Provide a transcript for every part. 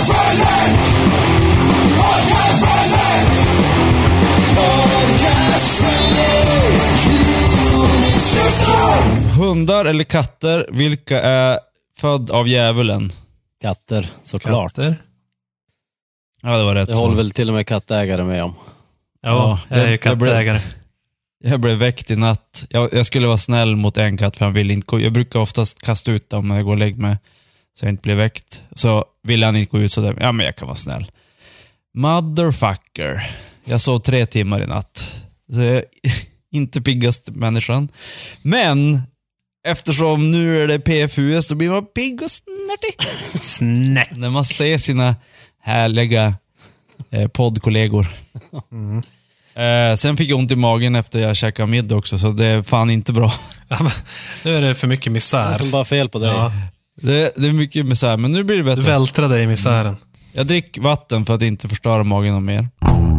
Hundar eller katter, vilka är född av djävulen? Katter, såklart. Katter. Ja, det var rätt. Det håller väl till och med kattägare med om. Ja, jag är ju kattägare. Jag blev väckt i natt. Jag skulle vara snäll mot en katt för han ville inte gå. Jag brukar oftast kasta ut dem när jag går och lägger mig så jag inte blir väckt. Så ville han inte gå ut så där. Ja, men jag kan vara snäll. Motherfucker. Jag sov 3 timmar i natt. Så jag är inte piggast människan. Men eftersom nu är det PFUS så blir man pigg och snärtig. Snärt. När man ser sina härliga poddkollegor. Sen fick jag ont i magen efter jag käkade middag också, så det är fan inte bra. Ja, men, nu är det för mycket Det är misär. som bara fel på dig. Ja, Det är mycket misär, men nu blir det du bättre. vältrar dig i misären. Jag dricker vatten för att inte förstöra magen om mer.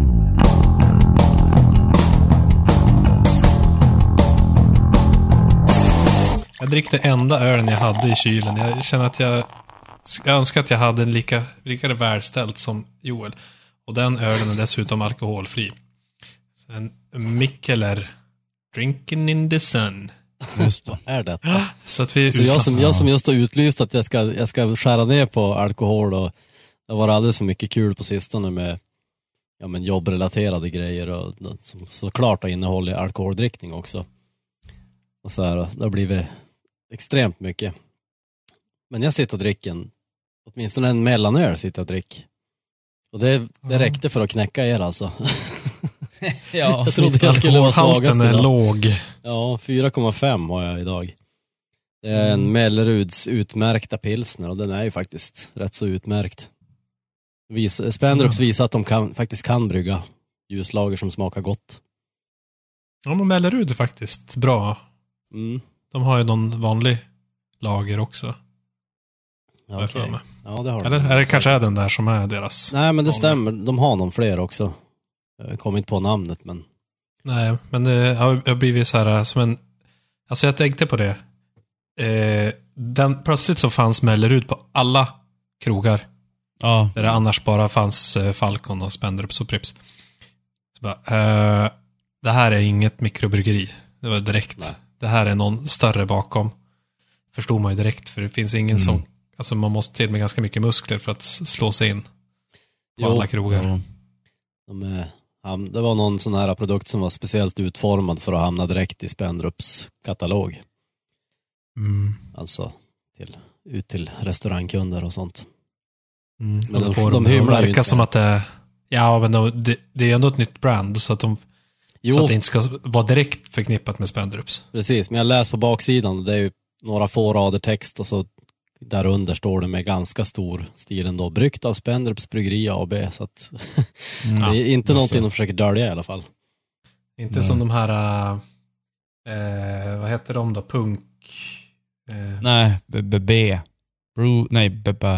Jag drickte enda ölen jag hade i kylen. Jag känner att jag önskar att jag hade en lika välställt som Joel. Och den ölen är dessutom alkoholfri. Så en Mikkeler Drinking in the sun. Just det. Är detta? Så att vi är Så jag som just har utlyst att jag ska skära ner på alkohol, och det var alldeles för mycket kul på sistone med jobbrelaterade grejer och som såklart har innehållit alkoholdrickning också. Och så här, det har blivit extremt mycket. Men jag sitter och dricker åtminstone en mellanöl sitter jag och dricker. Och det räckte för att knäcka er alltså. Ja, Jag trodde jag skulle vara svagast alkoholhalten är idag. låg. Ja, 4,5 har jag idag. Det är en Melleruds utmärkta pilsner och den är ju faktiskt rätt så utmärkt. Spendrups visar att de faktiskt kan brygga ljuslager som smakar gott. Ja, men Mellerud är faktiskt bra. Mm. De har ju någon vanlig lager också. Ja, okej. Ja, det har de. Eller är det kanske är den där som är deras? Nej, men det vanliga? stämmer. De har någon fler också. Jag kommer inte på namnet, men... Nej, men det har blivit så här som en... Alltså jag tänkte på det. Plötsligt så fanns Mellerud på alla krogar. Ja. Där det annars bara fanns Falcon och Spendrups och Pripps. Så bara, det här är inget mikrobryggeri. Det var direkt. Nej. Det här är någon större bakom. Förstod man ju direkt, för det finns ingen som... Alltså man måste till med ganska mycket muskler för att slå sig in på alla krogar. Ja. Det var någon sån här produkt som var speciellt utformad för att hamna direkt i Spendrups katalog. Alltså ut till restaurangkunder och sånt. Men de de hymlar ju verkar inte. som att det... Ja, men det är ändå ett nytt brand så att så att det inte ska vara direkt förknippat med Spendrups. Precis, men jag läser på baksidan och det är ju några få rader text och så där under står det med ganska stor stil ändå. Bryggt av Spendrups Bryggeri AB, så att det är inte någonting de försöker dölja i alla fall. Inte som de här... vad heter de då? Punk... Nej, BB. Nej, BB.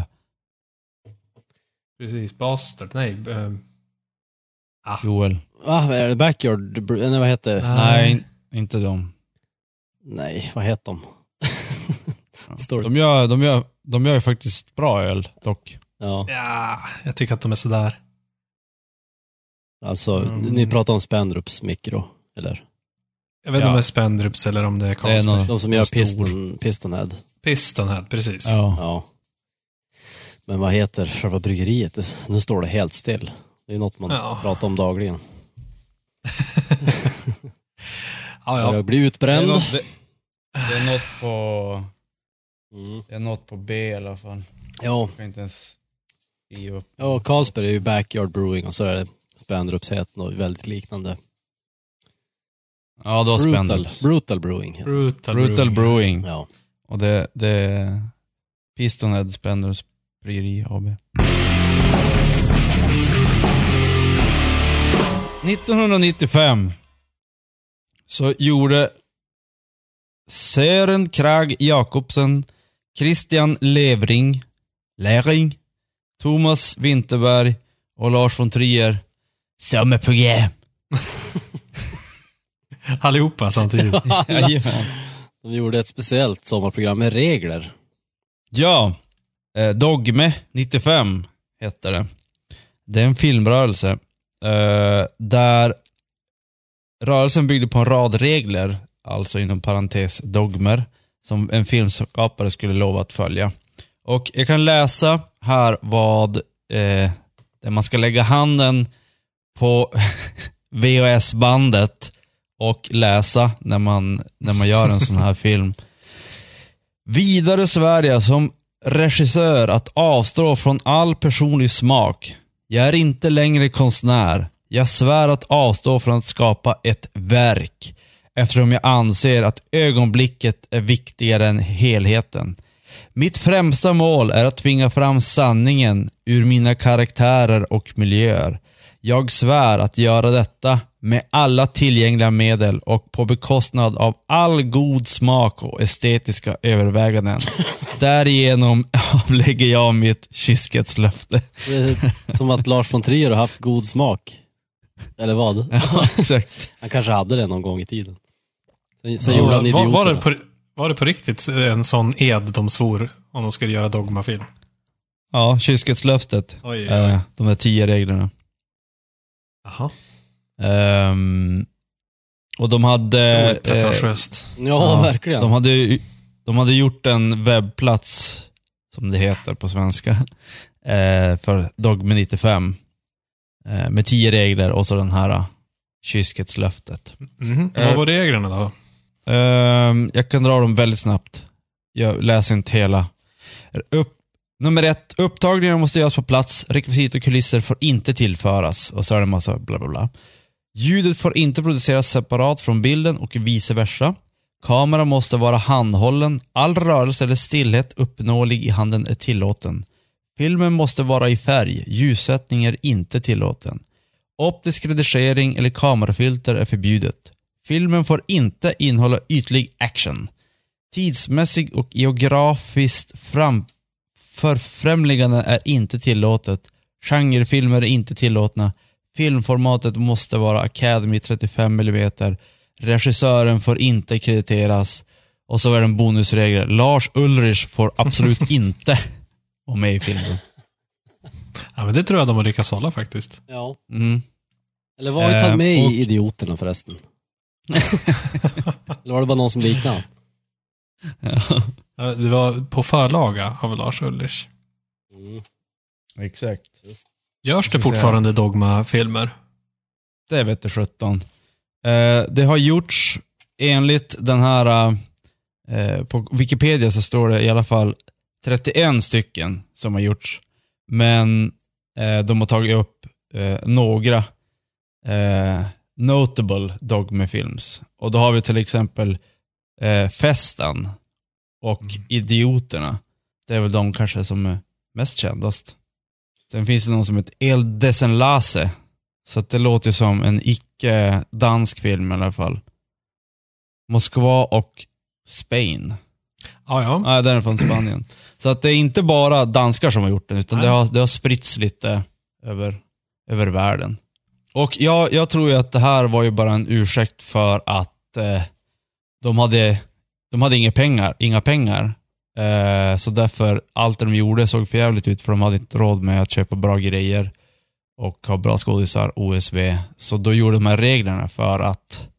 Precis, Bastard. Nej. Joel. Va? Är det Backyard? Nej, vad heter det? Nej, inte de. Nej, vad heter de? Står det? De gör ju faktiskt bra öl, dock. Ja, Ja, jag tycker att de är sådär. alltså ni pratar om Spendrups mikro, eller? Jag vet inte om det är Spendrups eller om det är Carlsberg. De som gör Pistonhead. Pistonhead, precis. Ja. Men vad heter själva bryggeriet? Nu står det helt still. Det är något man pratar om dagligen. Jag blir utbränd. Det är något på... Det är något på B i alla fall. Ja. Jag kan inte ens skriva upp. Ja, Carlsberg är ju Backyard Brewing och så är det Spendrups heter något väldigt liknande. Ja, det var spännande. Brutal Brewing heter det. Brutal Brewing. Ja. Och det är Pistonhead Spendrups Bryggeri AB. 1995 så gjorde Søren Krag Jakobsen, Christian Lering, Thomas Winterberg och Lars von Trier sommarprogram. Allihopa samtidigt. Jajamän. De gjorde ett speciellt sommarprogram med regler. Ja, Dogme 95 heter det. Det är en filmrörelse där rörelsen byggde på en rad regler, alltså inom parentes dogmer, som en filmskapare skulle lova att följa. Och jag kan läsa här vad där man ska lägga handen på VHS-bandet och läsa när man gör en sån här film. Vidare Sverige som regissör att avstå från all personlig smak. Jag är inte längre konstnär. Jag svär att avstå från att skapa ett verk, eftersom jag anser att ögonblicket är viktigare än helheten. Mitt främsta mål är att tvinga fram sanningen ur mina karaktärer och miljöer. Jag svär att göra detta med alla tillgängliga medel och på bekostnad av all god smak och estetiska överväganden. Därigenom avlägger jag mitt kyskhetslöfte. Det är som att Lars von Trier har haft god smak. Eller vad? Ja, exakt. Han kanske hade det någon gång i tiden. Sen gjorde han Idioterna. Var det på riktigt en sån ed de svor om de skulle göra dogmafilm? Ja, kyskhetslöftet. Oj. De där 10 reglerna. Jaha. Och de hade... pretentiöst. Ja, verkligen. De hade gjort en webbplats, som det heter på svenska, för Dogme 95. Med 10 regler och så den här kyskhetslöftet. Vad var reglerna då? Jag kan dra dem väldigt snabbt. Jag läser inte hela. Nummer 1. Upptagningar måste göras på plats. Rekvisit och kulisser får inte tillföras. Och så är det en massa bla bla bla. Ljudet får inte produceras separat från bilden och vice versa. Kameran måste vara handhållen. All rörelse eller stillhet uppnåelig i handen är tillåten. Filmen måste vara i färg. Ljussättning är inte tillåten. Optisk redigering eller kamerafilter är förbjudet. Filmen får inte innehålla ytlig action. Tidsmässig och geografiskt förfrämligande är inte tillåtet. Genrefilmer är inte tillåtna. Filmformatet måste vara Academy 35 mm. Regissören får inte krediteras. Och så är det en bonusregel. Lars Ulrich får absolut inte vara med i filmen. Ja, men det tror jag de har lyckats hålla faktiskt. Ja. Mm. Eller var det tagit med i Idioterna förresten? Eller var det bara någon som liknade? Ja. Det var på förlaga av Lars Ulrich. Exakt. Görs det fortfarande dogmafilmer? Det vet jag 17. Det har gjorts enligt den här på Wikipedia så står det i alla fall 31 stycken som har gjorts. Men de har tagit upp några notable dogmafilms. Och då har vi till exempel Festen och Idioterna. Det är väl de kanske som är mest kändast. Sen finns det någon som heter El Desenlace. Så att det låter som en icke-dansk film i alla fall. Moskva och Spain. Ja. Nej, den är från Spanien. Så att det är inte bara danskar som har gjort den, utan det har spritts lite över världen. Och jag tror ju att det här var ju bara en ursäkt för att de hade inga pengar. Så därför allt de gjorde såg för jävligt ut, för de hade inte råd med att köpa bra grejer och ha bra skådisar, OSV. Så då gjorde de här reglerna för att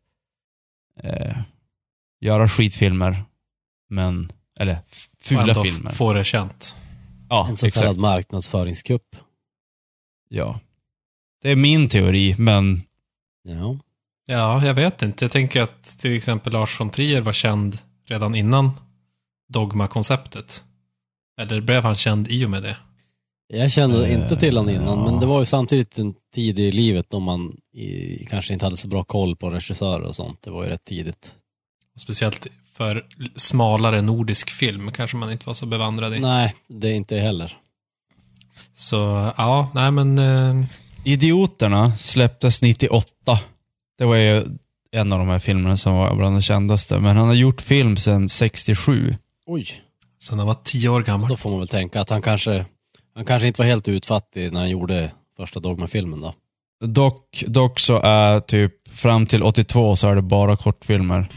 göra skitfilmer, eller fula filmer. Få det känt. Ja, en så kallad marknadsföringskupp. Ja. Det är min teori, men... Ja, jag vet inte. Jag tänker att till exempel Lars von Trier var känd redan innan Dogma-konceptet. Eller blev han känd i och med det? Jag kände inte till han innan, men det var ju samtidigt en tid i livet då man kanske inte hade så bra koll på regissörer och sånt. Det var ju rätt tidigt. Och speciellt för smalare nordisk film kanske man inte var så bevandrad i. Nej, det är inte heller. Så, ja, nej men... Idioterna släpptes 98. Det var ju en av de här filmerna som var bland de kändaste. Men han har gjort film sedan 67. Oj. Sen han var 10 år gammal. Då får man väl tänka att han kanske inte var helt utfattig när han gjorde första Dogma-filmen då. Dock så är typ fram till 82 så är det bara kortfilmer.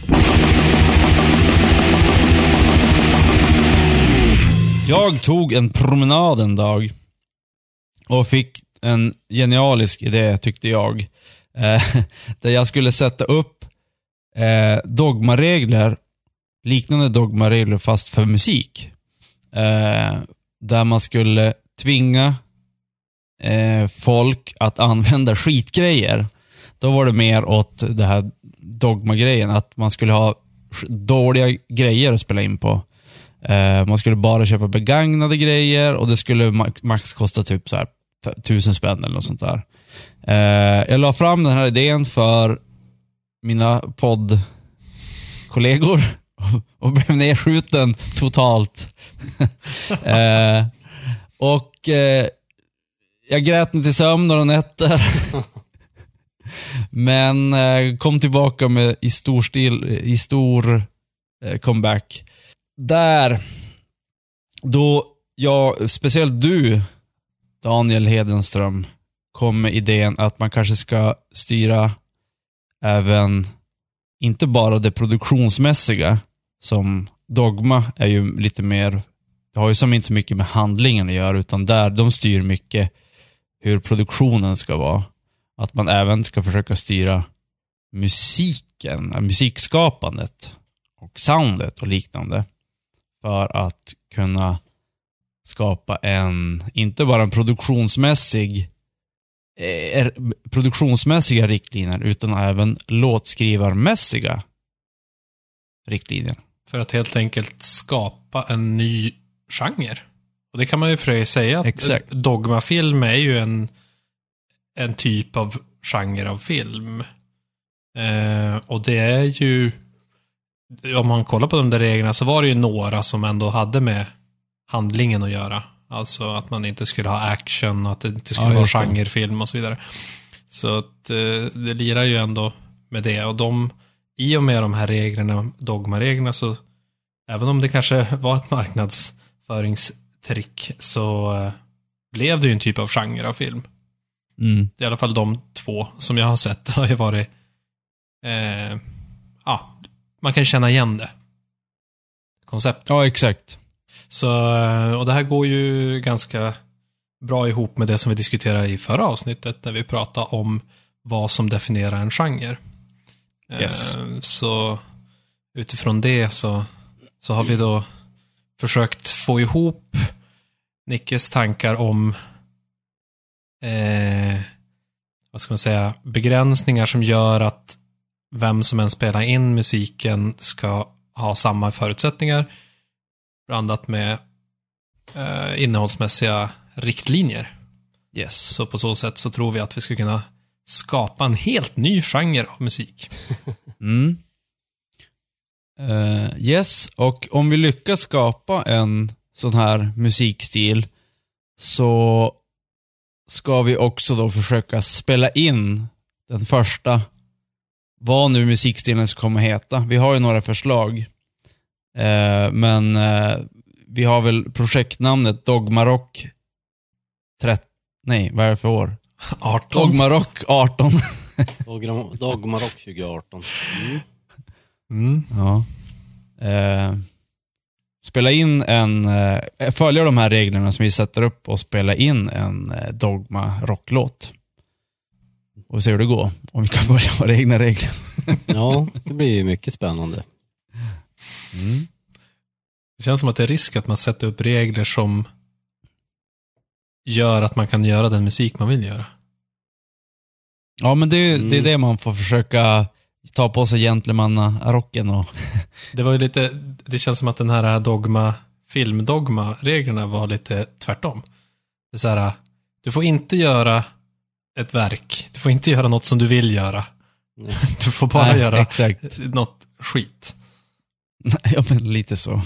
Jag tog en promenad en dag. och fick en genialisk idé, tyckte jag. Där jag skulle sätta upp dogmaregler, liknande dogmaregler fast för musik. Där man skulle tvinga folk att använda skitgrejer. Då var det mer åt det här dogma-grejen, att man skulle ha dåliga grejer att spela in på. Man skulle bara köpa begagnade grejer och det skulle max kosta typ så här 1000 spänn eller något sånt där. Jag la fram den här idén för mina poddkollegor och blev nedskjuten totalt. Och jag grät mig till sömn några nätter. Men kom tillbaka med i stor comeback. Där då jag, speciellt du, Daniel Hedenström, kom med idén att man kanske ska styra även, inte bara det produktionsmässiga, som Dogma är ju lite mer, det har ju som inte så mycket med handlingen att göra, utan där de styr mycket hur produktionen ska vara. Att man även ska försöka styra musiken, musikskapandet och soundet och liknande, för att kunna skapa inte bara en produktionsmässiga riktlinjer, utan även låtskrivarmässiga riktlinjer. För att helt enkelt skapa en ny genre. Och det kan man ju för sig säga att Exakt. Dogmafilm är ju en typ av genre av film. Och det är ju, om man kollar på de där reglerna, så var det ju några som ändå hade med handlingen att göra. Alltså att man inte skulle ha action och att det inte skulle vara genrefilm och så vidare. Så att det lirar ju ändå med det. Och i och med de här reglerna, dogmareglerna, så även om det kanske var ett marknadsföringstrick, så blev det ju en typ av genre av film. Mm. I alla fall de två som jag har sett har ju varit man kan känna igen det konceptet. Ja, exakt. Så, och det här går ju ganska bra ihop med det som vi diskuterade i förra avsnittet, när vi pratade om vad som definierar en genre. Yes. Så utifrån det så har vi då försökt få ihop Nickes tankar om vad ska man säga, begränsningar som gör att vem som än spelar in musiken ska ha samma förutsättningar, blandat med innehållsmässiga riktlinjer. Yes. Så på så sätt så tror vi att vi ska kunna skapa en helt ny genre av musik. Mm. Yes, och om vi lyckas skapa en sån här musikstil, så ska vi också då försöka spela in den första, vad nu musikstilen ska komma heta. Vi har ju några förslag. Men vi har väl projektnamnet Dogmarock vad är det för år? 18. Dogmarock 18. Dogmarock 2018. Ja. Spela in följa de här reglerna som vi sätter upp och spela in en Dogma-rocklåt. Och se hur det går. Om vi kan börja våra egna regler. Ja, det blir ju mycket spännande. Mm. Det känns som att det är risk att man sätter upp regler som gör att man kan göra den musik man vill göra. Ja, men det är det man får försöka ta på sig gentlemannarocken och... Det var ju lite, det känns som att den här filmdogma-reglerna var lite tvärtom. Det är så här, du får inte göra ett verk. Du får inte göra något som du vill göra. Nej. Du får bara göra exakt. något skit. Ja, men lite så.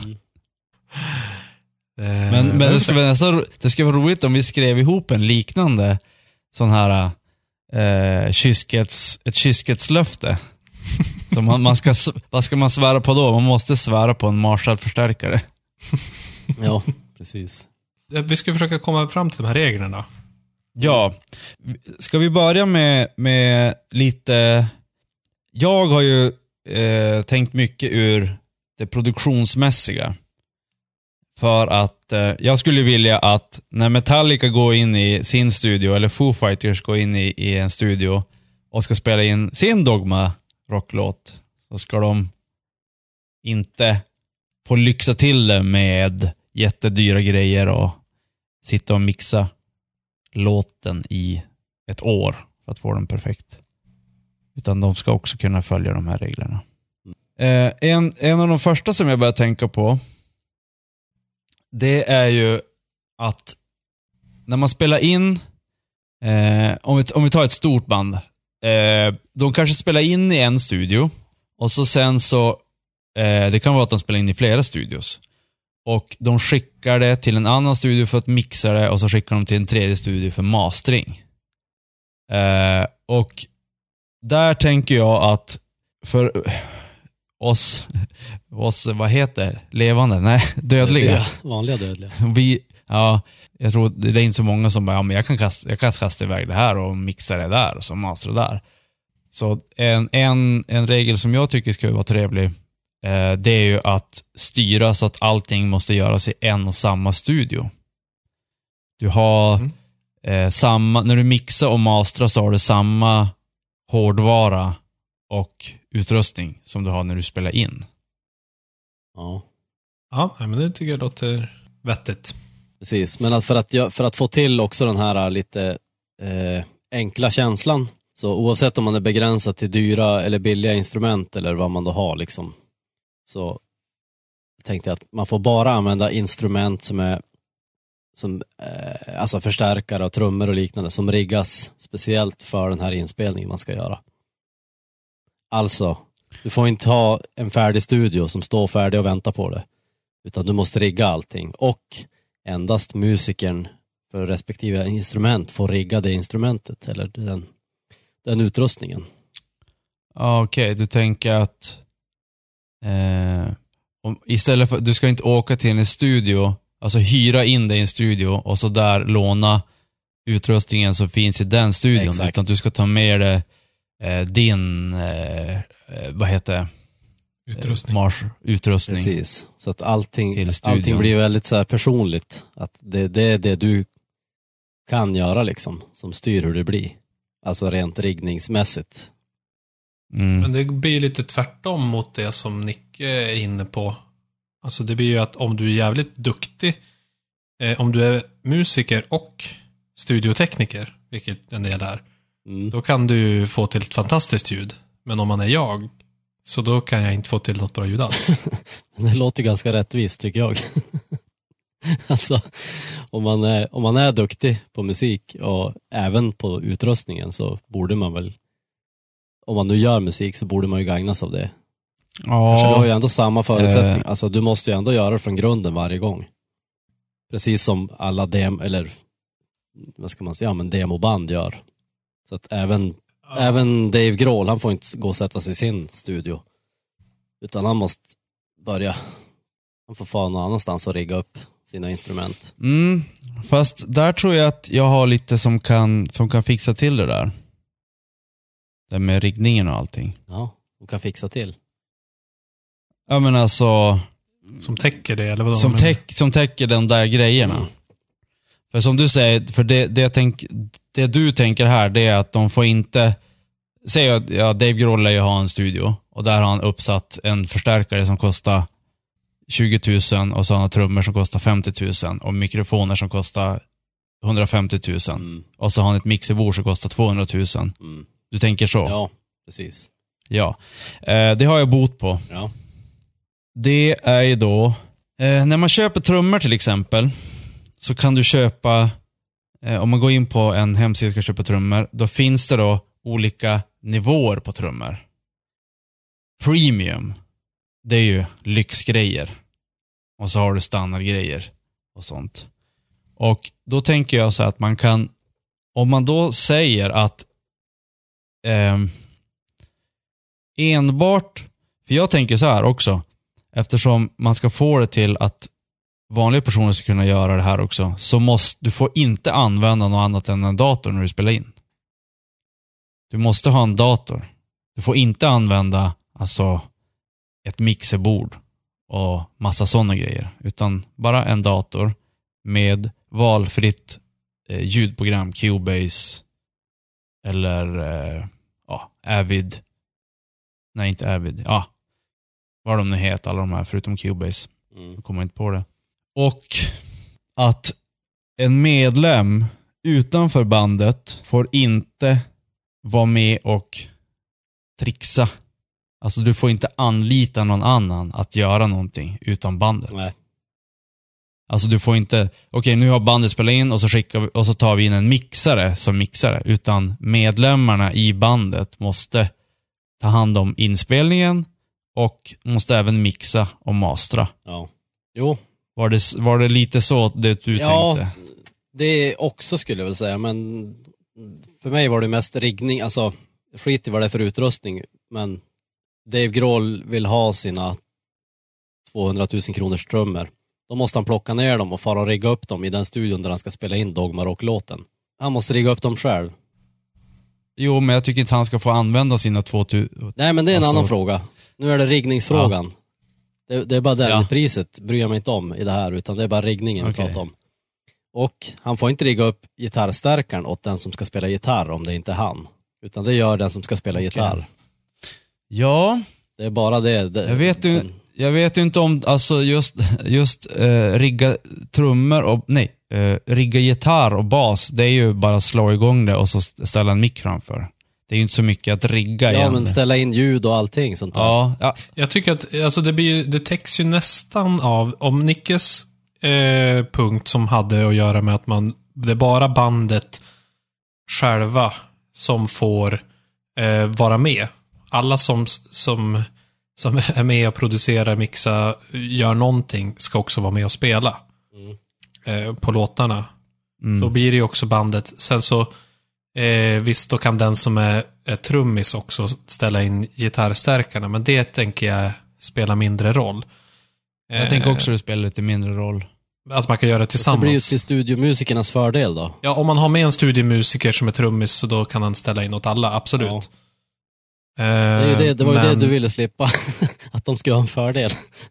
Men det ska vara roligt om vi skrev ihop en liknande sån här ett kyskhetslöfte. Så vad ska man svära på då? Man måste svära på en Marshall-förstärkare. Ja, precis. Vi ska försöka komma fram till de här reglerna. Ja. Ska vi börja med lite... Jag har ju tänkt mycket ur det produktionsmässiga. För att jag skulle vilja att när Metallica går in i sin studio, eller Foo Fighters går in i en studio och ska spela in sin Dogma rocklåt, så ska de inte få lyxa till det med jättedyra grejer och sitta och mixa låten i ett år för att få den perfekt. Utan de ska också kunna följa de här reglerna. En av de första som jag börjar tänka på, det är ju att när man spelar in, om vi tar ett stort band, de kanske spelar in i en studio och så sen så, det kan vara att de spelar in i flera studios. Och de skickar det till en annan studio för att mixa det, och så skickar de till en tredje studio för mastering. Och där tänker jag att för oss vad heter levande? Nej, dödliga. Vanliga dödliga. Jag tror det är inte så många som bara, men jag kan kasta iväg det här och mixa det där och så master det där. Så en regel som jag tycker ska vara trevlig, det är ju att styra så att allting måste göras i en och samma studio. Du har samma, när du mixar och mastrar så har du samma hårdvara och utrustning som du har när du spelar in. Ja. Ja, men det tycker jag låter vettigt. Precis, men för att få till också den här lite enkla känslan, så oavsett om man är begränsad till dyra eller billiga instrument eller vad man då har liksom, så tänkte jag att man får bara använda instrument som alltså förstärkare och trummor och liknande som riggas speciellt för den här inspelningen man ska göra. Alltså, du får inte ha en färdig studio som står färdig och väntar på det, utan du måste rigga allting, och endast musikern för respektive instrument får rigga det instrumentet eller den utrustningen. Okej, du tänker att istället för, du ska inte åka till en studio, alltså hyra in dig i en studio och så där låna utrustningen som finns i den studion. Exakt. Utan du ska ta med dig din vad heter det? Utrustning. Precis, så att allting blir väldigt så här personligt, att det är det du kan göra liksom, som styr hur det blir, alltså rent riggningsmässigt. Men det blir lite tvärtom mot det som Nick är inne på. Alltså det blir ju att om du är jävligt duktig, om du är musiker och studiotekniker, vilket en del är, då kan du få till ett fantastiskt ljud. Men om man är jag, så då kan jag inte få till något bra ljud alls. Det låter ganska rättvist tycker jag. Alltså, om man är duktig på musik och även på utrustningen, så borde man väl, om man nu gör musik, så borde man ju gagnas av det. Ja. Du har ju ändå samma förutsättning. Alltså du måste ju ändå göra det från grunden varje gång. Precis som alla demoband gör. Så att även Dave Grohl, han får inte gå och sätta sig i sin studio. Utan han måste han får få någon annanstans och rigga upp sina instrument. Fast där tror jag att jag har lite som kan fixa till det där. Det med riggningen och allting. Ja, de kan fixa till. Ja, men alltså, som täcker det, eller vad som täcker de där grejerna. För som du säger, för det du tänker här, det är att de får inte, säg att Dave Grohl lär ju ha en studio och där har han uppsatt en förstärkare som kostar 20 000 och så har han trummor som kostar 50 000 och mikrofoner som kostar 150 000 och så har han ett mixerbord som kostar 200 000. Du tänker så? Ja, precis. Ja, det har jag bot på. Ja. Det är ju då, när man köper trummor till exempel, så kan du köpa, om man går in på en hemsida och ska köpa trummor, då finns det då olika nivåer på trummor. Premium, det är ju lyxgrejer. Och så har du standardgrejer och sånt. Och då tänker jag så att man kan, om man då säger att enbart, för jag tänker så här också, eftersom man ska få det till att vanliga personer ska kunna göra det här också, så du får inte använda något annat än en dator när du spelar in. Du måste ha en dator. Du får inte använda alltså ett mixerbord och massa sådana grejer. Utan bara en dator med valfritt ljudprogram, Cubase eller Avid. Nej, inte Avid. Ja, vad de nu heter, alla de här förutom Cubase. Jag kommer inte på det. Och att en medlem utanför bandet får inte vara med och trixa. Alltså du får inte anlita någon annan att göra någonting utan bandet. Nej. Alltså du får inte, okej, nu har bandet spelat in och så tar vi in en mixare som mixare. Utan medlemmarna i bandet måste ta hand om inspelningen och måste även mixa och mastra. Ja. Jo. Var det lite så det du tänkte? Det också skulle jag väl säga, men för mig var det mest riggning, alltså skit i vad det är för utrustning, men Dave Grohl vill ha sina 200 000 kronors trummor. Då måste han plocka ner dem och fara och rigga upp dem i den studion där han ska spela in Dogma Rock-låten. Han måste rigga upp dem själv. Jo, men jag tycker inte han ska få använda sina 2000. Nej, men det är en annan fråga. Nu är det riggningsfrågan. Ja. Det är bara det. Ja. Priset bryr jag mig inte om i det här, utan det är bara riggningen vi pratar om. Och han får inte rigga upp gitarrstärkaren åt den som ska spela gitarr om det inte är han. Utan det gör den som ska spela gitarr. Ja. Det är bara det. Jag vet ju inte om, alltså just rigga trummor och, rigga gitarr och bas, det är ju bara slå igång det och så ställa en mick framför. Det är ju inte så mycket att rigga igen. Ja, men ställa in ljud och allting sånt där. Ja. Jag tycker att alltså det täcks ju nästan av, om Nickes punkt som hade att göra med att det är bara bandet själva som får vara med. Alla som är med och producerar, mixa, gör någonting ska också vara med och spela på låtarna. Då blir det ju också bandet. Sen så visst, då kan den som är trummis också ställa in gitarrstärkarna, men det tänker jag spelar mindre roll. Jag tänker också att det spelar lite mindre roll. Att man kan göra det tillsammans. Det blir ju till studiomusikernas fördel då. Ja, om man har med en studiomusiker som är trummis så då kan han ställa in åt alla, absolut. Ja. Det var ju det du ville slippa. Att de ska ha en fördel.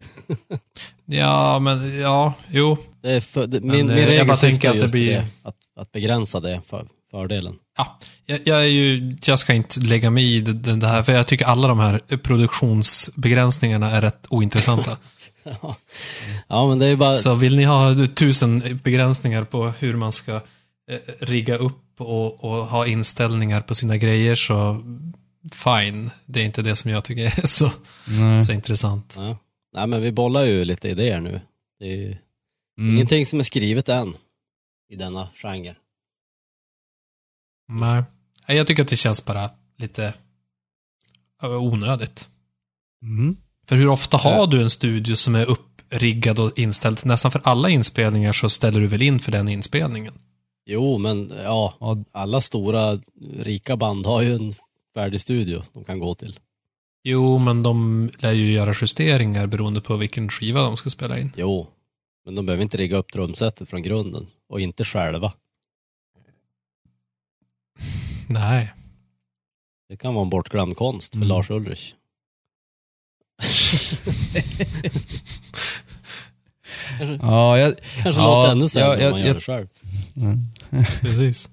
Ja, men ja, jo. Min regel syftar just det, att begränsa det fördelen. Ja, jag ska inte lägga mig i det här, för jag tycker alla de här produktionsbegränsningarna är rätt ointressanta. Ja, men det är bara... Så vill ni ha 1000 begränsningar på hur man ska rigga upp och ha inställningar på sina grejer, så fine. Det är inte det som jag tycker är så intressant. Ja. Nej, men vi bollar ju lite idéer nu. Det är ju ingenting som är skrivet än i denna genre. Nej, jag tycker att det känns bara lite onödigt. För hur ofta har du en studio som är uppriggad och inställd? Nästan för alla inspelningar så ställer du väl in för den inspelningen? Jo, men alla stora rika band har ju en färdig studio de kan gå till. Jo, men de lär ju göra justeringar beroende på vilken skiva de ska spela in. Jo, men de behöver inte rigga upp trumsetet från grunden. Och inte själva. Nej. Det kan vara en bortglömd konst för Lars Ulrich. Kanske låter ännu sämre om man gör det själv. Precis.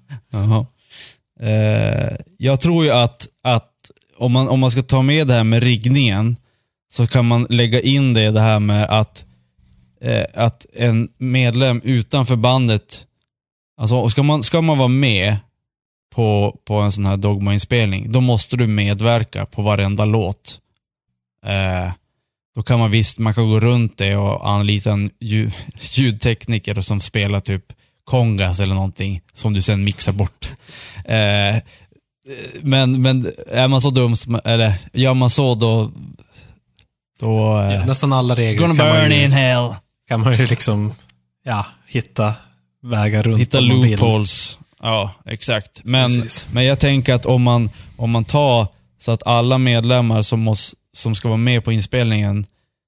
Jag tror ju att om man ska ta med det här med riggningen, så kan man lägga in det här med att en medlem utanför bandet, alltså ska man vara med på en sån här Dogma-inspelning, då måste du medverka på varenda låt. Då kan man kan gå runt det och anlita en ljudtekniker som spelar typ kongas eller någonting som du sen mixar bort. Men är man så dum, eller gör man så då nästan alla regler gonna burn in hell. Kan man ju liksom hitta vägar runt. Hitta loopholes. Ja, exakt. Men jag tänker att om man tar så att alla medlemmar som ska vara med på inspelningen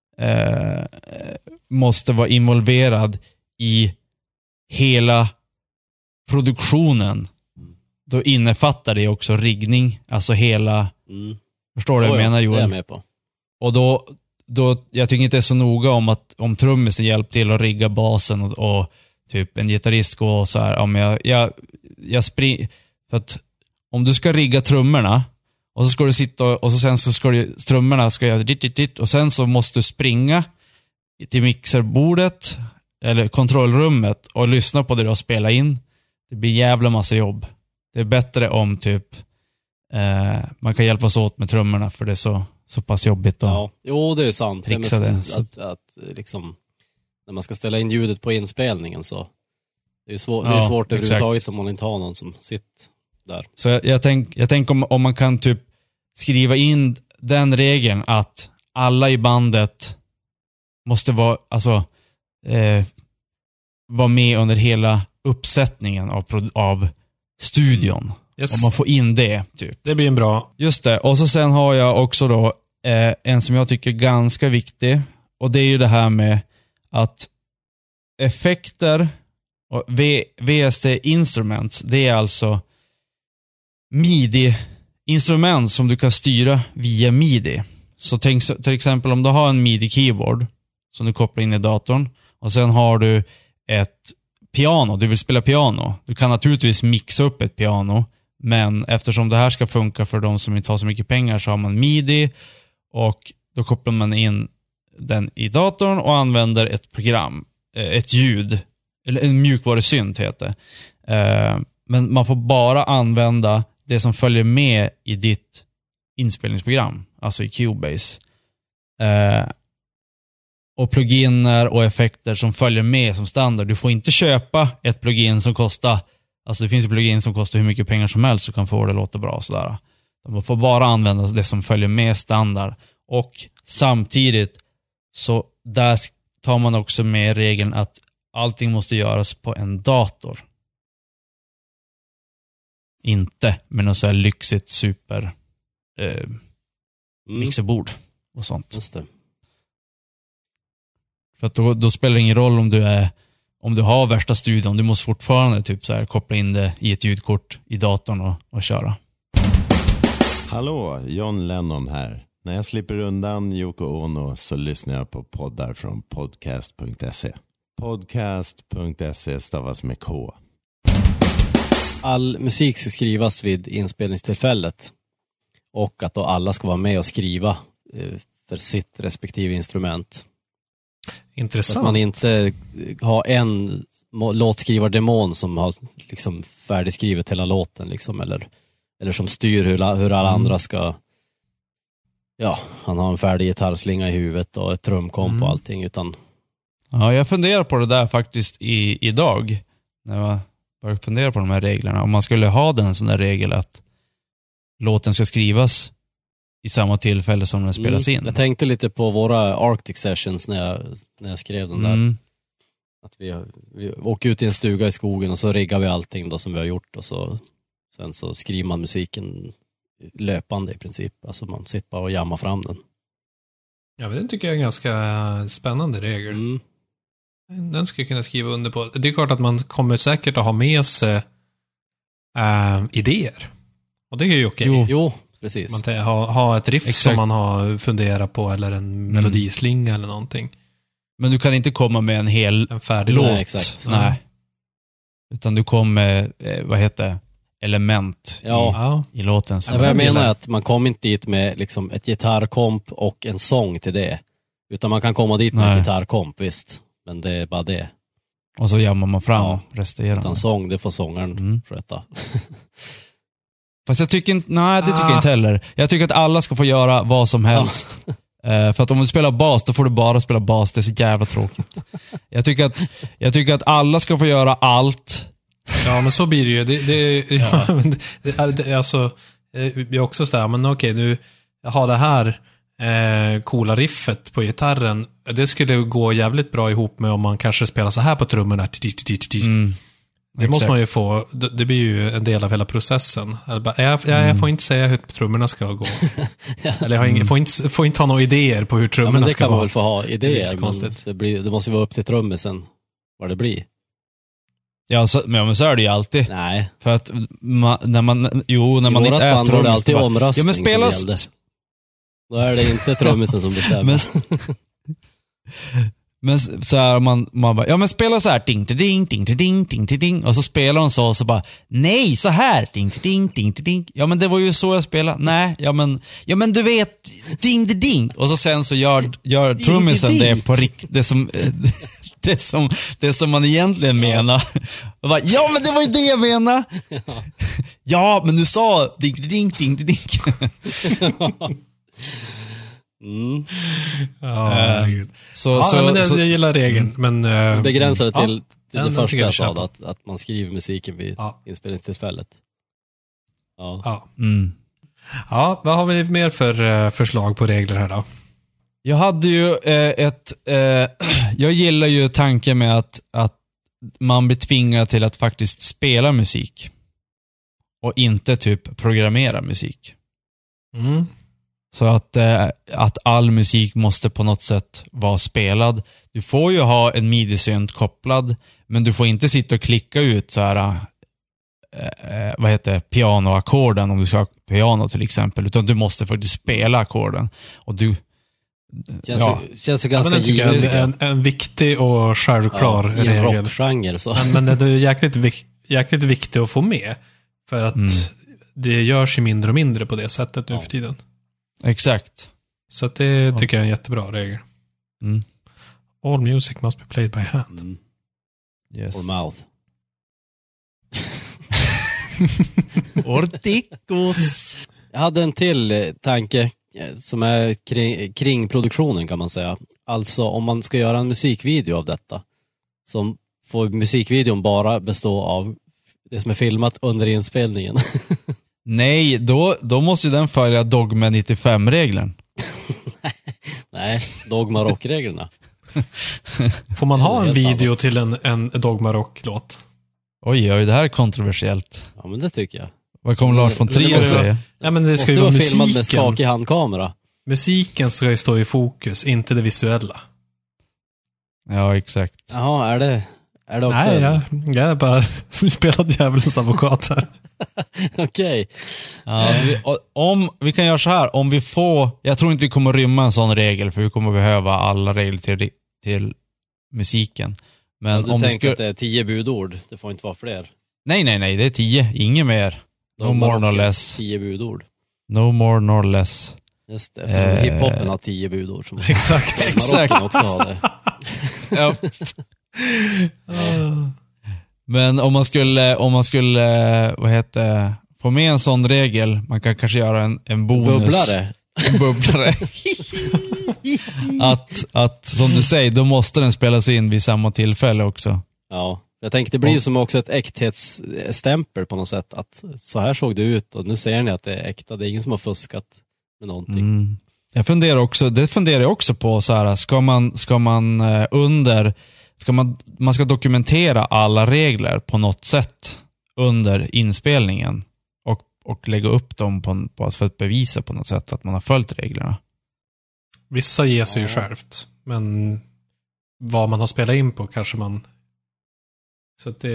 måste vara involverad i hela produktionen, då innefattar det också riggning, alltså hela förstår du vad jag menar, Joel? Det är jag med på. Och då då jag tycker inte det är så noga om trummisen hjälper till att rigga basen och typ en gitarrist går och så här, ja, men jag springer, för att om du ska rigga trummorna och så ska du sitta och så sen så ska trummorna ska göra dit och sen så måste du springa till mixerbordet eller kontrollrummet och lyssna på det du har spelat in. Det blir jävla massa jobb. Det är bättre om typ man kan hjälpas åt med trummorna, för det är så pass jobbigt att Ja, jo det är sant. trixa det. Att liksom, när man ska ställa in ljudet på inspelningen så det är svårt, det är svårt överhuvudtaget om man inte har någon som sitter där. Så jag tänker om man kan typ skriva in den regeln att alla i bandet måste vara vara med under hela uppsättningen av studion. Yes. Om man får in det typ. Det blir en bra. Just det. Och så sen har jag också då en som jag tycker är ganska viktig, och det är ju det här med att effekter och VST Instruments, det är alltså MIDI-instrument som du kan styra via MIDI. Så tänk till exempel om du har en MIDI-keyboard som du kopplar in i datorn och sen har du ett piano, du vill spela piano. Du kan naturligtvis mixa upp ett piano, men eftersom det här ska funka för de som inte har så mycket pengar så har man MIDI och då kopplar man in den i datorn och använder ett program, ett ljud, eller en mjukvarusynt heter. Men man får bara använda det som följer med i ditt inspelningsprogram, alltså i Cubase. Och pluginer och effekter som följer med som standard. Du får inte köpa ett plugin som kostar, alltså det finns ju plugin som kostar hur mycket pengar som helst så kan få det låta bra sådär. Man får bara använda det som följer med standard. Och samtidigt så där tar man också med regeln att allting måste göras på en dator. Inte med något så här lyxigt super mixerbord och sånt. Just det. För att då spelar det ingen roll om du har värsta studion. Du måste fortfarande typ så här koppla in det i ett ljudkort i datorn och köra. Hallå, John Lennon här. När jag slipper undan Yoko Ono så lyssnar jag på poddar från podcast.se. Podcast.se stavas med K. All musik ska skrivas vid inspelningstillfället och att då alla ska vara med och skriva för sitt respektive instrument. Intressant. Så att man inte har en låtskrivardemon som har liksom färdigskrivet hela låten liksom, eller som styr hur alla andra ska. Ja, han har en färdig gitarrslinga i huvudet och ett trumkomp och allting, utan. Ja, jag funderar på det där faktiskt idag när jag började fundera på de här reglerna. Om man skulle ha den sån där regel att låten ska skrivas i samma tillfälle som den spelas in. Jag tänkte lite på våra Arctic Sessions när jag skrev den där. Att vi åker ut i en stuga i skogen och så riggar vi allting då som vi har gjort och sen så skriver man musiken löpande i princip. Alltså man sitter bara och jammar fram den. Ja, men det tycker jag är en ganska spännande regel. Den skulle jag kunna skriva under på. Det är klart att man kommer säkert att ha med sig idéer. Och det är ju okej. Jo, precis. Man ha ett riff som man har funderat på eller en melodislinga eller någonting. Men du kan inte komma med en färdig låt. Nej, exakt. Nej. Utan du kommer med, element i låten. Ja, vad jag menar är att man kommer inte dit med liksom ett gitarrkomp och en sång till det. Utan man kan komma dit med ett gitarrkomp, visst. Men det är bara det. Och så jammar man fram resterande. Utan sång, det får sångaren sköta. Fast jag tycker inte, det tycker jag inte heller. Jag tycker att alla ska få göra vad som helst. För att om du spelar bas, då får du bara spela bas. Det är så jävla tråkigt. Jag tycker att alla ska få göra allt. Ja, men så blir det ju. Alltså, jag är också sådär, men okej, du har det här coola riffet på gitarren. Det skulle gå jävligt bra ihop med om man kanske spelar så här på trummorna. Det måste man ju få. Det blir ju en del av hela processen. Jag får inte säga hur trummorna ska gå. Eller jag får inte ha några idéer på hur trummorna ska gå. Det kan man väl få ha idéer, men det måste ju vara upp till trummisen vad det blir. Ja, men så är det ju alltid. Nej. För att när man inte är trummis. Det alltid omröstning men spelas, Då är det inte trummisen som bestämmer. Men så här, man bara, ja men spela så här, ding till ding, ding till ding, ding till ding. Och så spelar de så bara, nej, så här, ding till ding, ding till ding. Ja men det var ju så jag spelade. Nej, ja men du vet, ding till ding. Och så sen så gör trummisen det på det som man egentligen menar. Och bara, ja men det var ju det jag menade. Ja, men du sa ding till ding, ding till ding. Jag gillar regeln, men begränsade till det första jag sa, sa, att man skriver musiken vid inspelningstillfället. Ja, vad har vi mer för förslag på regler här då? Jag hade ju jag gillar ju tanken med att man blir tvingad till att faktiskt spela musik och inte typ programmera musik. Så att all musik måste på något sätt vara spelad. Du får ju ha en midi-synt kopplad, men du får inte sitta och klicka ut så här pianoackorden om du ska ha piano till exempel, utan du måste faktiskt spela ackorden. Och du känns ganska givet. En viktig och självklar regel. I en rockgenre så. Men det är jäkligt viktigt att få med, för att det görs ju mindre och mindre på det sättet nu för tiden. Exakt. Så att det tycker jag är en jättebra regel. All music must be played by hand. Yes. Or mouth. Ortikos. Jag hade en till tanke som är kring produktionen kan man säga. Alltså om man ska göra en musikvideo av detta, så får musikvideon bara bestå av det som är filmat under inspelningen. Nej, då måste ju den följa Dogma 95-regeln. Nej, Dogma Rock-reglerna. Får man ha en video till en Dogma Rock-låt? Oj, det här är kontroversiellt. Ja, men det tycker jag. Vad kommer Lars von Trier säga? Ja, men det ska ju vara vara filmad med musiken. skakig handkamera. Musiken ska ju stå i fokus, inte det visuella. Ja, exakt. Jaha, är det också? Nej, jag är bara som spelad djävulens advokat här. Okej. Ja, om vi kan göra så här, om vi får, jag tror inte vi kommer rymma en sån regel, för vi kommer behöva alla regler till musiken. Men du om tänker att det är 10 budord, det får inte vara fler. Nej, det är 10, inget mer. No more nor less. 10 budord. No more nor less. Just det, eftersom hiphopen har 10 budord. Som Exakt. också har det. Ja. Men om man skulle få med en sån regel, man kan kanske göra en bonus. Bubblare. En bubblare. att som du säger, då måste den spelas in vid samma tillfälle också. Ja, jag tänkte det blir ju som också ett äkthetsstämpel på något sätt, att så här såg det ut och nu ser ni att det är äkta, det är ingen som har fuskat med någonting. Jag funderar också på så här, man ska dokumentera alla regler på något sätt under inspelningen och lägga upp dem för att bevisa på något sätt att man har följt reglerna. Vissa ger sig ju självt, men vad man har spelat in på kanske man... Så att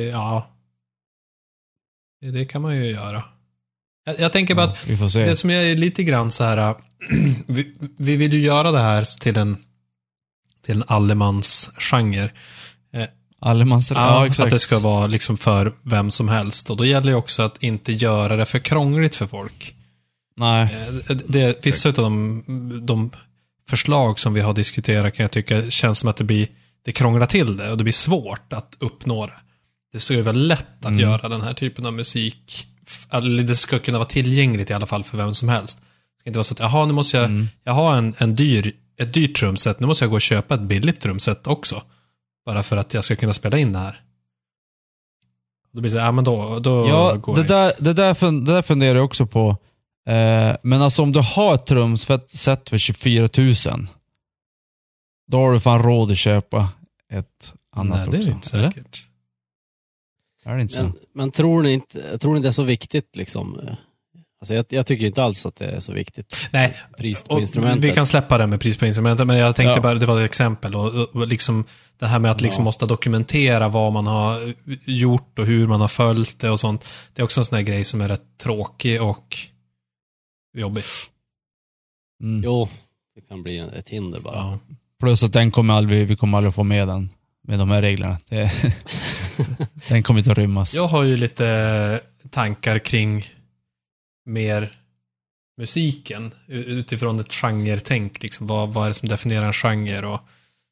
det kan man ju göra. Jag tänker bara att vi får se. Det som är lite grann så här, vi vill ju göra det här till en allemansgenre. Exakt. Att det ska vara liksom för vem som helst. Och då gäller det också att inte göra det för krångligt för folk. Nej. Vissa av de förslag som vi har diskuterat kan jag tycka känns som att det krånglar till det och det blir svårt att uppnå det. Det ska ju vara lätt att göra den här typen av musik. Eller det ska kunna vara tillgängligt i alla fall för vem som helst. Det ska inte vara så att nu måste jag ha ett dyrt trumset. Nu måste jag gå och köpa ett billigt trumset också. Bara för att jag ska kunna spela in det här. Då blir det så men då går det där funderar jag också på. Men alltså om du har ett trumset för 24 000, då har du fan råd att köpa ett annat också. Nej, det är inte säkert. Är det inte så? Men tror ni inte det är så viktigt liksom? Alltså jag tycker inte alls att det är så viktigt. Nej, pris på instrumentet. Vi kan släppa det med pris på instrumentet, men jag tänkte bara, det var ett exempel och liksom det här med att liksom måste dokumentera vad man har gjort och hur man har följt det och sånt. Det är också en sån här grej som är rätt tråkig och jobbig. Jo, det kan bli ett hinder bara. Ja. Plus att vi kommer aldrig få med den med de här reglerna. Den kommer inte att rymmas. Jag har ju lite tankar kring mer musiken utifrån ett genre-tänk. Liksom, vad är det som definierar en genre och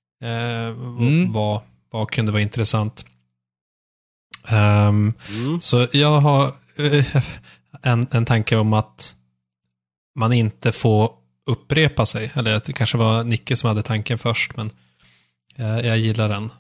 vad kunde vara intressant. Så jag har en tanke om att man inte får upprepa sig. Eller det kanske var Nicke som hade tanken först, men jag gillar den.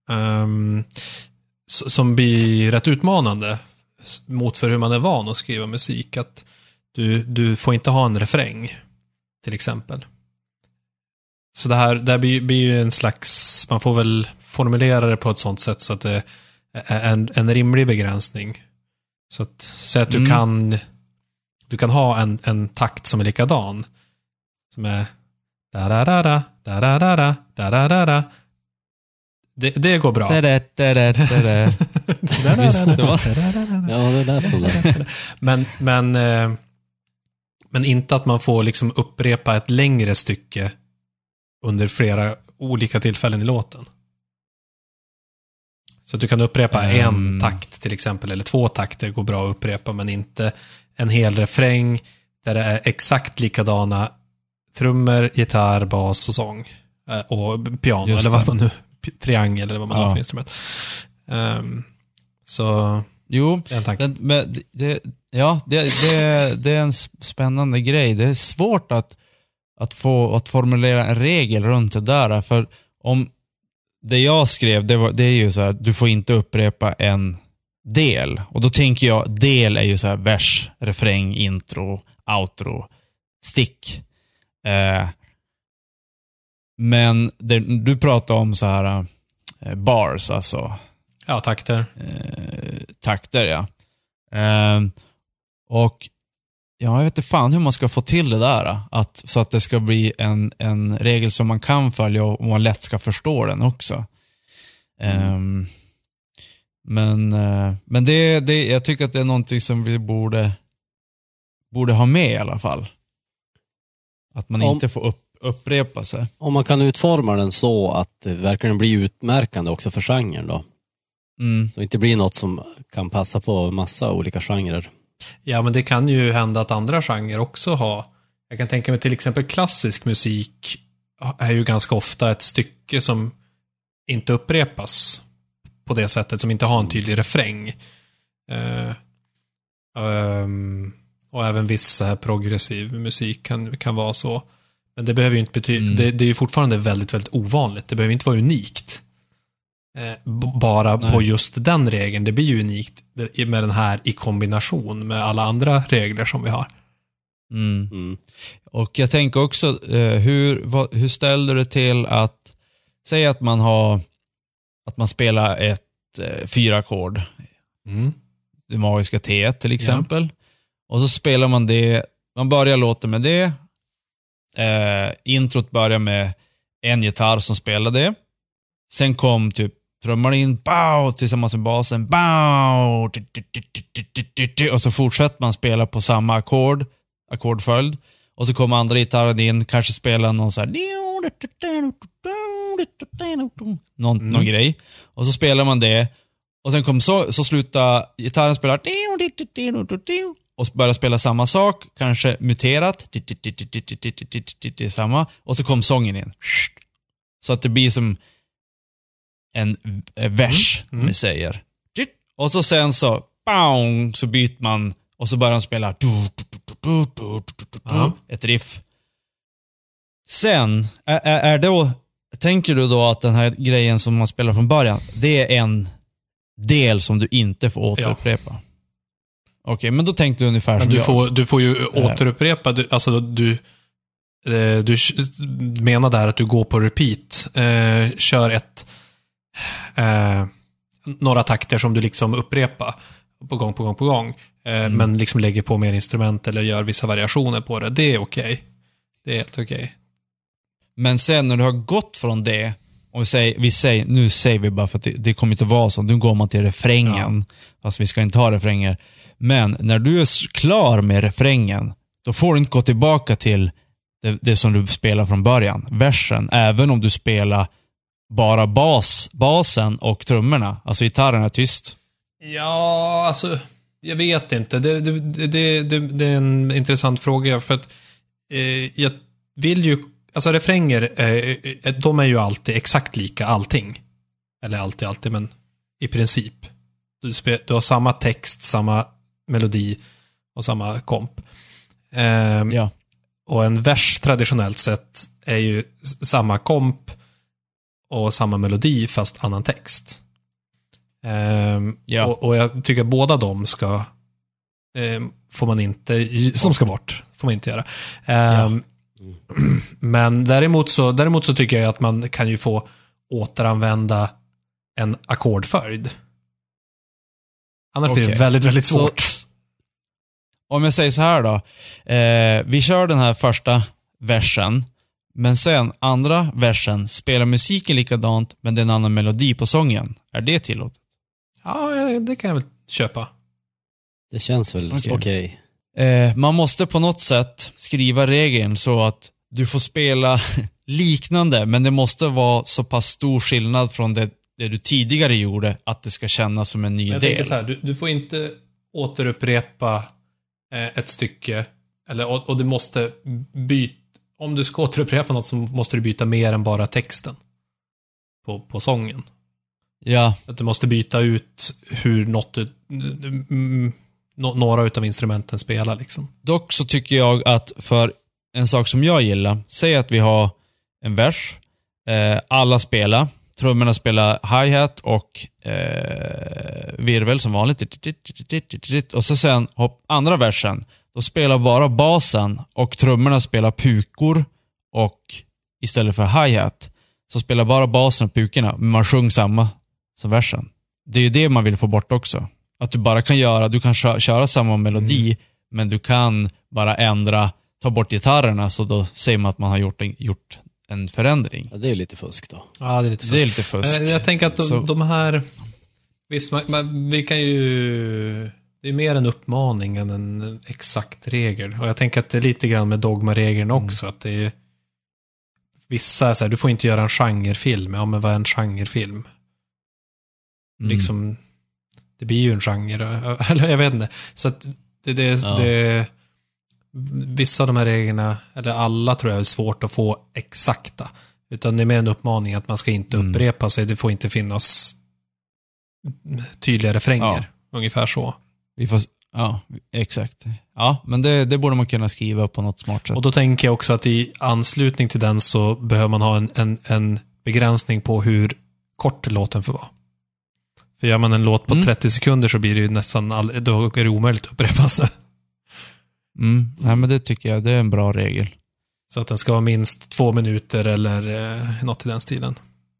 Som blir rätt utmanande mot för hur man är van att skriva musik. Att du får inte ha en refräng, till exempel. Så det här blir ju en slags, man får väl formulera det på ett sånt sätt så att det är en rimlig begränsning. Så att säg att du kan ha en takt som är likadan. Som är da-da-da-da, da-da-da-da, da-da-da-da. Det går bra. Ja, det lät så där. Men inte att man får liksom upprepa ett längre stycke under flera olika tillfällen i låten. Så att du kan upprepa en takt till exempel, eller 2 takter går bra att upprepa, men inte en hel refräng där det är exakt likadana trummor, gitarr, bas och sång. Och piano, eller vad man nu, triangel eller vad man har för instrument. Så jo, det är en tanke. Det är en spännande grej. Det är svårt att formulera en regel runt det där. För om det jag skrev, det är ju så här, du får inte upprepa en del. Och då tänker jag, del är ju så här vers, refräng, intro, outro, stick. Men du pratar om så här bars, alltså. Ja, takter. Takter, ja. Och jag vet inte fan hur man ska få till det där. Så att det ska bli en regel som man kan följa och man lätt ska förstå den också. Men jag tycker att det är någonting som vi borde ha med i alla fall. Att man inte får upprepa sig. Om man kan utforma den så att det verkligen blir utmärkande också för genren då. Så det inte blir något som kan passa på massa olika genrer. Ja, men det kan ju hända att andra genrer också har. Jag kan tänka mig till exempel klassisk musik är ju ganska ofta ett stycke som inte upprepas på det sättet, som inte har en tydlig refräng. Och även viss progressiv musik kan vara så. Men det behöver ju inte betyda, det är ju fortfarande väldigt, väldigt ovanligt. Det behöver inte vara unikt. Bara på just den regeln. Det blir ju unikt med den här i kombination med alla andra regler som vi har. Och jag tänker också, hur ställer du till att säga att man spelar ett 4-ackord. Det magiska T1 till exempel. Och så spelar man det, man börjar låten med det. Introt börjar med en gitarr som spelar det. Sen kom typ trummar in, bow, tillsammans med basen, bow, och så fortsätter man spela på samma ackordföljd. Och så kommer andra gitarren in, kanske spelar någon så här någon grej. Och så spelar man det. Och sen kom så slutar gitarren spela och börjar spela samma sak, kanske muterat samma, och så kom sången in. Så att det blir som en vers, om vi säger. Och så sen så byter man och så börjar de spela ett riff. Sen tänker du då att den här grejen som man spelar från början, det är en del som du inte får återupprepa. Okej, men då tänkte du ungefär som du får ju återupprepa, du menar där att du går på repeat, kör några takter som du liksom upprepar på gång, men liksom lägger på mer instrument eller gör vissa variationer på det. Det är okej. Det är helt okej. Men sen när du har gått från det, och nu säger vi bara för att det kommer inte vara så, nu går man till refrängen, fast vi ska inte ha refränger. Men när du är klar med refrängen, då får du inte gå tillbaka till det som du spelar från början, versen, även om du spelar bara basen och trummorna, alltså gitarren är tyst. Ja, alltså, jag vet inte. Det är en intressant fråga, för att jag vill ju, alltså refränger, de är ju alltid exakt lika allting. Eller alltid, men i princip. Du har samma text, samma melodi och samma komp. Ja. Och en vers traditionellt sett är ju samma komp och samma melodi fast annan text. Ja. Och jag tycker båda de ska får man inte, som ska bort, får man inte göra. Men däremot så tycker jag att man kan ju få återanvända en ackordföljd. Annars blir det väldigt, väldigt svårt. Så, om jag säger så här då. Vi kör den här första versen, men sen andra versen spelar musiken likadant, men det är en annan melodi på sången. Är det tillåtet? Ja, det kan jag väl köpa. Det känns väl okej. Man måste på något sätt skriva regeln så att du får spela liknande, men det måste vara så pass stor skillnad från det du tidigare gjorde att det ska kännas som en ny jag del. tänker så här, du får inte återupprepa ett stycke, och du måste byta. Om du ska återupprepa något så måste du byta mer än bara texten på sången. Ja. Att du måste byta ut hur några utav instrumenten spelar liksom. Dock så tycker jag att för en sak som jag gillar, säg att vi har en vers, alla spelar, trummorna spelar hi-hat och virvel som vanligt, och så sen andra versen, då spelar bara basen och trummorna spelar pukor, och istället för hi-hat så spelar bara basen och pukorna, men man sjunger samma som versen. Det är ju det man vill få bort också. Att du bara kan köra samma melodi, men du kan bara ta bort gitarrerna, så då säger man att man har gjort en förändring. Ja, det är lite fusk då. Ja, det är lite fusk. Jag tänker att de här, visst, vi kan ju, det är mer en uppmaning än en exakt regel. Och jag tänker att det är lite grann med dogmaregeln också, att det är vissa så här, du får inte göra en genrefilm. Ja, men vad är en genrefilm? Liksom, det blir ju en genre, eller jag vet inte. Så att det vissa av de här reglerna, eller alla tror jag är svårt att få exakta. Utan det är mer en uppmaning att man ska inte upprepa sig. Det får inte finnas tydliga refränger. Ungefär så. Ja, exakt. Ja, men det borde man kunna skriva på något smart sätt. Och då tänker jag också att i anslutning till den så behöver man ha en begränsning på hur kort låten får vara. För gör man en låt på 30 sekunder så blir det ju nästan då är det omöjligt att upprepa sig. Nej, men det tycker jag, det är en bra regel. Så att den ska vara minst 2 minuter eller något i den stilen.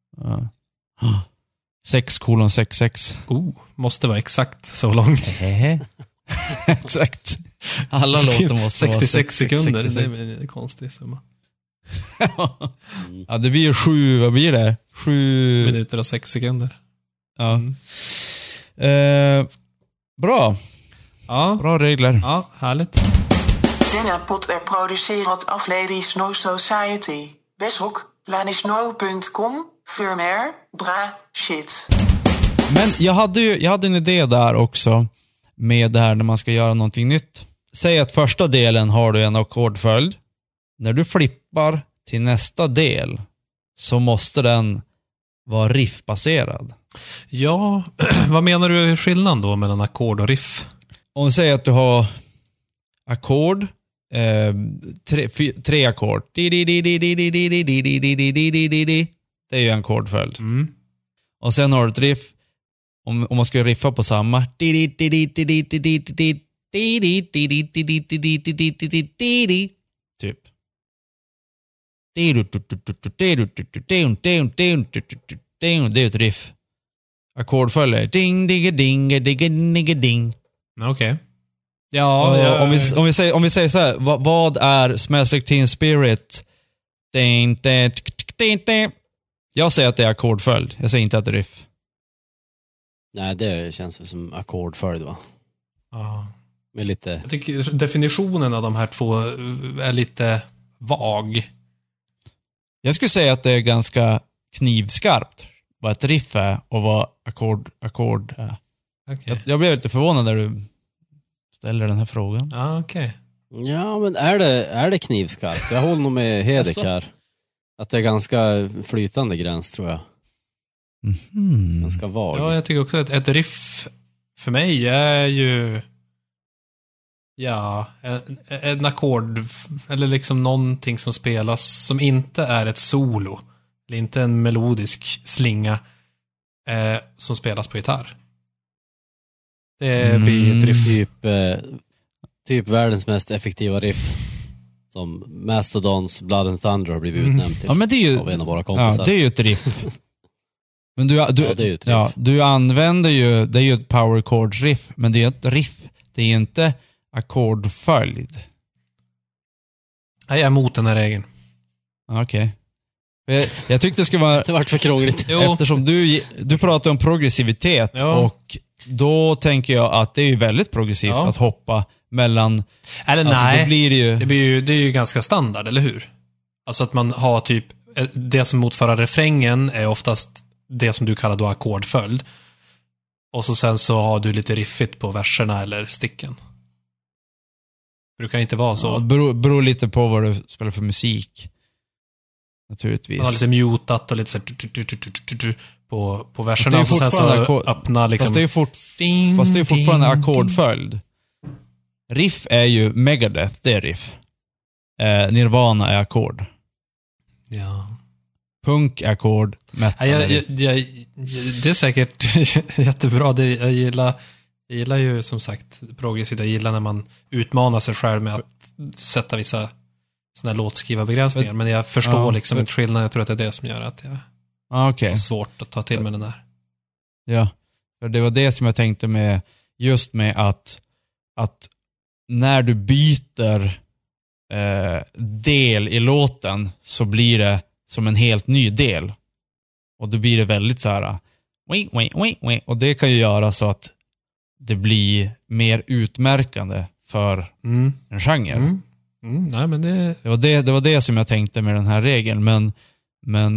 6:66. Måste vara exakt så lång. Exakt. Alla låtar måste vara 66 sekunder. 66. Det är en konstig summa. Ja, det blir ju 7, vad blir det? 7 minuter och 6 sekunder. Ja. Bra. Ja. Bra regler. Ja, härligt. Denna podd är producerat av Lady Snow Society. Besok, ladysnow.com, för mer, bra shit. Men jag hade en idé där också med det här när man ska göra någonting nytt. Säg att första delen har du en ackordföljd. När du flippar till nästa del så måste den vara riffbaserad. Ja, vad menar du är skillnaden då mellan ackord och riff? Om vi säger att du har ackord, 3 ackord. Det är ju en ackordföljd. Och sen har du ett riff. Om man ska riffa på samma. Typ. Det är ett riff. Ackordföljd är ding, digga, dinga, digga, digga, ding. Okej. Ja, om vi säger så här, vad är Smells Like Teen Spirit? Jag säger att det är ackordföljd. Jag säger inte att det är riff. Nej, det känns väl som ackordföljd, va? Ja. Med lite... Jag tycker definitionen av de här två är lite vag. Jag skulle säga att det är ganska knivskarpt vad ett riff är och vad ackord är. Okay. Jag blev lite förvånad när du ställer den här frågan. Ja, okej. Ja, men är det knivskarpt? Jag håller nog med Hedek här. Att det är ganska flytande gräns, tror jag. Ganska vag. Ja, jag tycker också att ett riff för mig är ju en ackord eller liksom någonting som spelas som inte är ett solo. Eller inte en melodisk slinga som spelas på gitarr. Det blir ett riff. Typ världens mest effektiva riff. Som Mastodons Blood and Thunder har blivit utnämnt till. Ja, men det är ju, av en av våra kompisar. ja, det är ju ett riff. Men det är ju ett riff. du använder ju, det är ju ett power chords riff, men det är ett riff. Det är inte ackordföljd. Jag är emot den här regeln. Okej. Jag tyckte det skulle vara... Det vart för krångligt. Eftersom du pratar om progressivitet och då tänker jag att det är ju väldigt progressivt att hoppa mellan... Eller alltså, nej, då blir det är ju ganska standard, eller hur? Alltså att man har typ, det som motsvarar refrängen är oftast det som du kallar då ackordföljd. Och sen så har du lite riffigt på verserna eller sticken. Det brukar inte vara så. Ja, beror lite på vad du spelar för musik. Naturligtvis. Man har lite mutat och lite så här på verserna och sen så öppna liksom... Fast det är ju fortfarande ackordföljd. Riff är ju Megadeth, det är riff. Nirvana är ackord. Ja. Punk är ackord, metal är riff. Det är säkert jättebra. Jag gillar ju som sagt progressivt. Jag gillar när man utmanar sig själv med att sätta vissa såna här låtskriva-begränsningar. Men jag förstår liksom en skillnad. Jag tror att det är det som gör att jag har svårt att ta till med den där. Ja, för det var det som jag tänkte med just med att när du byter del i låten så blir det som en helt ny del. Och då blir det väldigt så här och det kan ju göra så att det blir mer utmärkande för en genre. Nej, men det var det som jag tänkte med den här regeln, men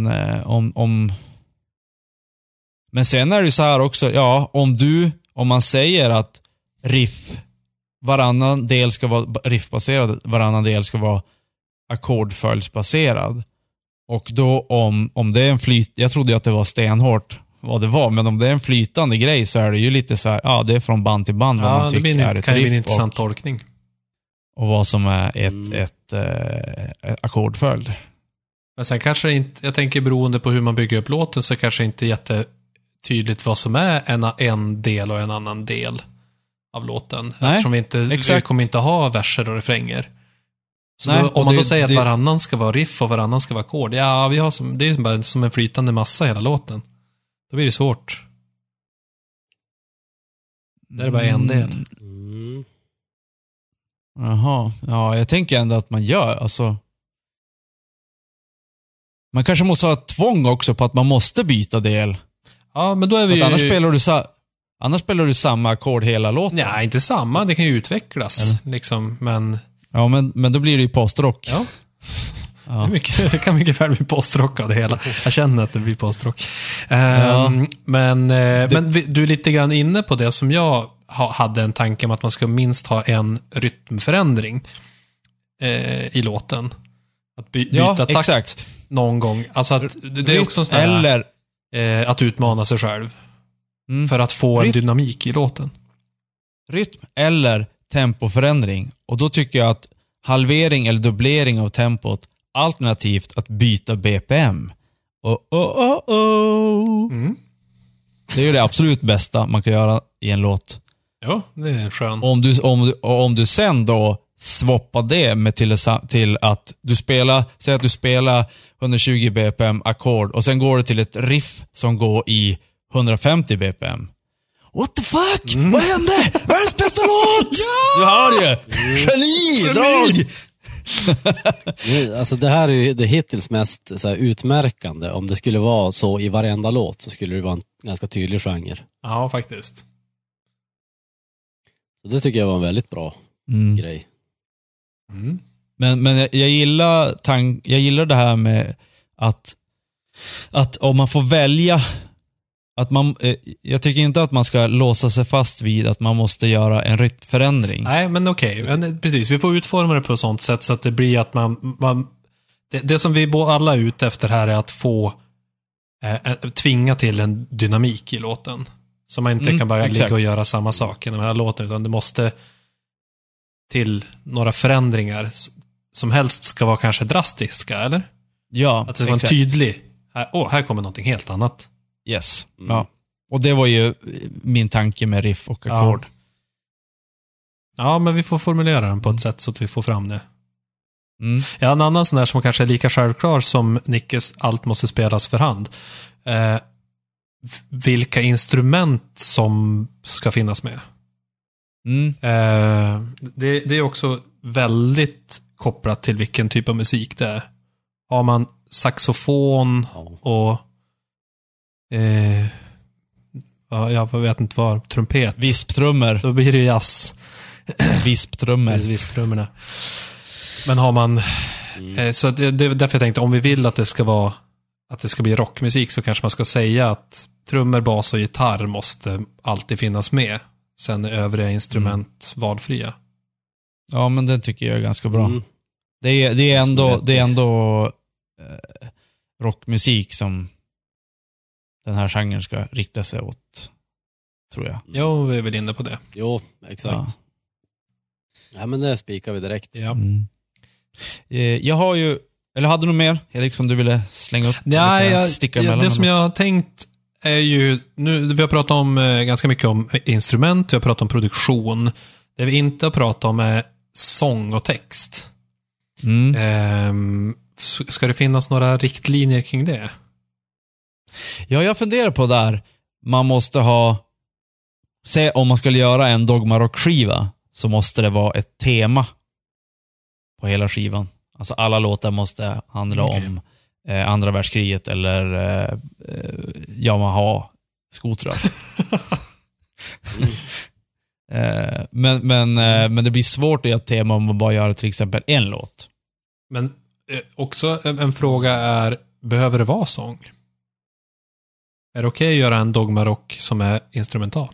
men sen är det ju så här också, om man säger att varannan del ska vara riffbaserad, varannan del ska vara ackordföljdsbaserad. Och då om det är en jag trodde ju att det var stenhårt vad det var, men om det är en flytande grej så är det ju lite så här, det är från band till band vad man tycker är ett riff. Kan bli en intressant tolkning. Och vad som är ett ackordföljd. Men sen kanske inte, jag tänker beroende på hur man bygger upp låten så kanske inte jättetydligt vad som är en del och en annan del av låten. Nej, eftersom vi kommer inte ha verser och refränger. Så nej, om man då säger att varannan ska vara riff och varannan ska vara ackord, det är bara som en flytande massa hela låten. Då blir det svårt. Det är bara en del. Jaha, jag tänker ändå att man gör, alltså man kanske måste ha ett tvång också på att man måste byta del. Ja, men då är vi annars spelar du samma ackord hela låten. Nej, inte samma, det kan ju utvecklas liksom, men ja, men då blir det ju postrock. Ja. Det kan mycket väl bli postrock av det hela. Jag känner att det blir postrock. Men du är lite grann inne på det som jag hade en tanke om, att man ska minst ha en rytmförändring i låten. Att byta takt exakt. Någon gång. Alltså att det är också en sån här, att utmana sig själv. För att få en dynamik i låten. Rytm eller tempoförändring. Och då tycker jag att halvering eller dubblering av tempot, alternativt att byta BPM. Det är ju det absolut bästa man kan göra i en låt. Ja, det är skön. Om du sen då swappar det med till att du spelar, säg att du spelar 120 BPM ackord och sen går du till ett riff som går i 150 BPM. What the fuck? Vad hände? Världens bästa låt! Du har ju! Genidrag! Alltså det här är ju det hittills mest så här, utmärkande. Om det skulle vara så i varenda låt så skulle det vara en ganska tydlig genre. Ja, faktiskt. Så det tycker jag var en väldigt bra grej. Men jag gillar jag gillar det här med att om man får välja att jag tycker inte att man ska låsa sig fast vid att man måste göra en rytmförändring. Nej, men okej. Men precis, vi får utforma det på ett sånt sätt så att det blir att det som vi alla är ute efter här är att få tvinga till en dynamik i låten. Så man inte kan bara ligga och göra samma sak i den här låten, utan det måste till några förändringar som helst ska vara kanske drastiska, eller? Ja, att det ska vara en tydlig, här kommer någonting helt annat. Yes, ja. Och det var ju min tanke med riff och ackord. Ja, men vi får formulera den på ett sätt så att vi får fram det. Ja, en annan sån där som kanske är lika självklar som Nickes allt måste spelas för hand. Vilka instrument som ska finnas med. Det är också väldigt kopplat till vilken typ av musik det är. Har man saxofon och jag vet inte vad, trumpet. Visptrummor. Då blir det jazz. Visptrummor. Men har man så det är därför jag tänkte, om vi vill att det ska bli rockmusik, så kanske man ska säga att trummor, bas och gitarr måste alltid finnas med. Sen är övriga instrument valfria. Ja, men det tycker jag är ganska bra. Det är ändå rockmusik som den här genren ska rikta sig åt, tror jag. Jo, vi är väl inne på det. Jo, exakt. Ja, men det spikar vi direkt. Ja. Jag har ju, eller hade du mer, Erik, som du ville slänga upp? Det som jag har tänkt är ju, nu vi har pratat om ganska mycket om instrument, vi har pratat om produktion. Det vi inte har pratat om är sång och text. Ska det finnas några riktlinjer kring det? Ja, jag funderar på där. Man måste om man skulle göra en Dogma Rock-skiva, så måste det vara ett tema på hela skivan. Alltså alla låtar måste handla om andra världskriget eller Yamaha-skotrar. Men det blir svårt att göra ett tema om man bara gör till exempel en låt. Men också en fråga är, behöver det vara sång? Är det okej att göra en Dogma Rock som är instrumental?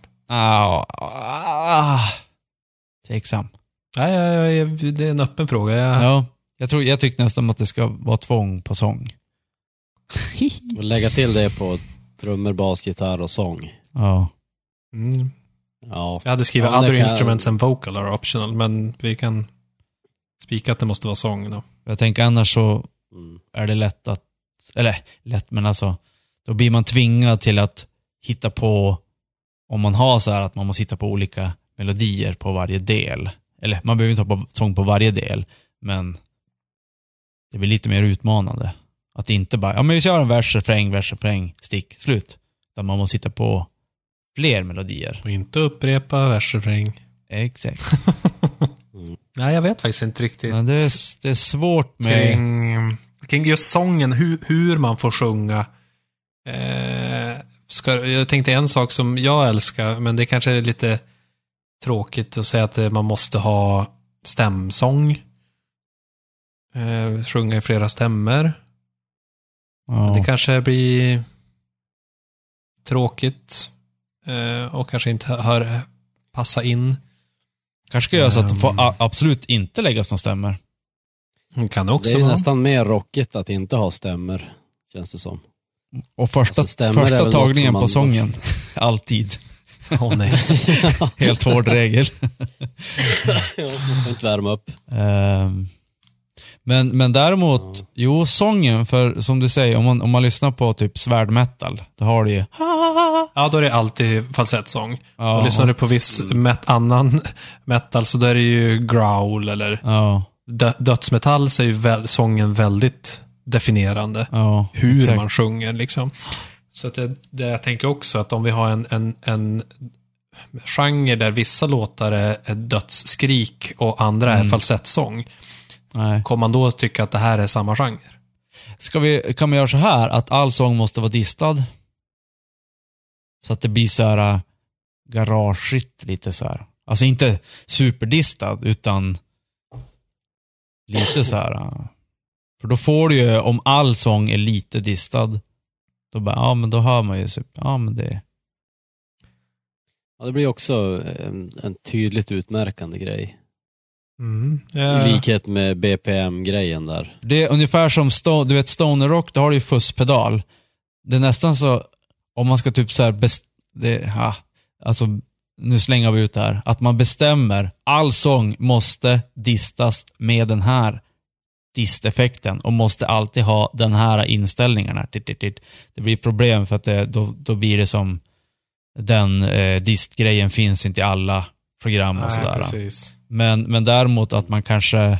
Tveksam. Nej, det är en öppen fråga. Ja, jag tycker nästan att det ska vara tvång på sång. Och lägga till det på trummor, bas, gitarr och sång. Ja. Ja. Jag hade skrivit other instruments and vocal are optional, men vi kan spika att det måste vara sång då. Jag tänker annars så är det men alltså då blir man tvingad till att hitta på, om man har så här att man måste hitta på olika melodier på varje del. Eller man behöver inte ha på sång på varje del, men det blir lite mer utmanande. Att inte bara, men vi kör en vers, refräng, stick, slut. Där man måste hitta på fler melodier. Och inte upprepa vers, refräng. Exakt. Nej, jag vet faktiskt inte riktigt. Men det är svårt med... Kring just sången, hur man får sjunga. Jag tänkte en sak som jag älskar, men det kanske är lite tråkigt att säga att man måste ha stämsång. Sjunga i flera stämmer. Ja. Det kanske blir tråkigt och kanske inte passa in. Kanske ska göra så att det får absolut inte läggas någon stämmer. Kan också det är vara. Nästan mer rockigt att inte ha stämmer, känns det som. Och första tagningen på sången. Alltid. Nej. Helt hård regel. Man får inte värma upp. Men däremot, sången, för som du säger, om man lyssnar på typ svärdmetal, då har det ju... Ja, då är det alltid falsettsång. Ja. Och lyssnar du på viss annan metal, så då är det ju growl eller dödsmetall, så är ju sången väldigt definierande. Ja, hur exakt. Man sjunger liksom. Så att det jag tänker också att om vi har en genre där vissa låtar är dödsskrik och andra är falsettsång, kommer man då tycka att det här är samma genre? Kan man göra så här att all sång måste vara distad? Så att det blir så här garageigt lite så här. Alltså inte superdistad, utan lite så här. För då får du ju, om all sång är lite distad, då bara, ja men då hör man ju typ, ja men det... Ja, det blir också en tydligt utmärkande grej. Ja. I likhet med BPM-grejen där. Det är ungefär som, du vet Stoner Rock, då har du ju fusspedal. Det är nästan så, om man ska typ så här, alltså nu slänger vi ut det här, att man bestämmer, all sång måste distas med den här disteffekten och måste alltid ha den här inställningarna. Det blir problem för att då blir det som den distgrejen finns inte i alla program och sådär. Precis. Men däremot att man kanske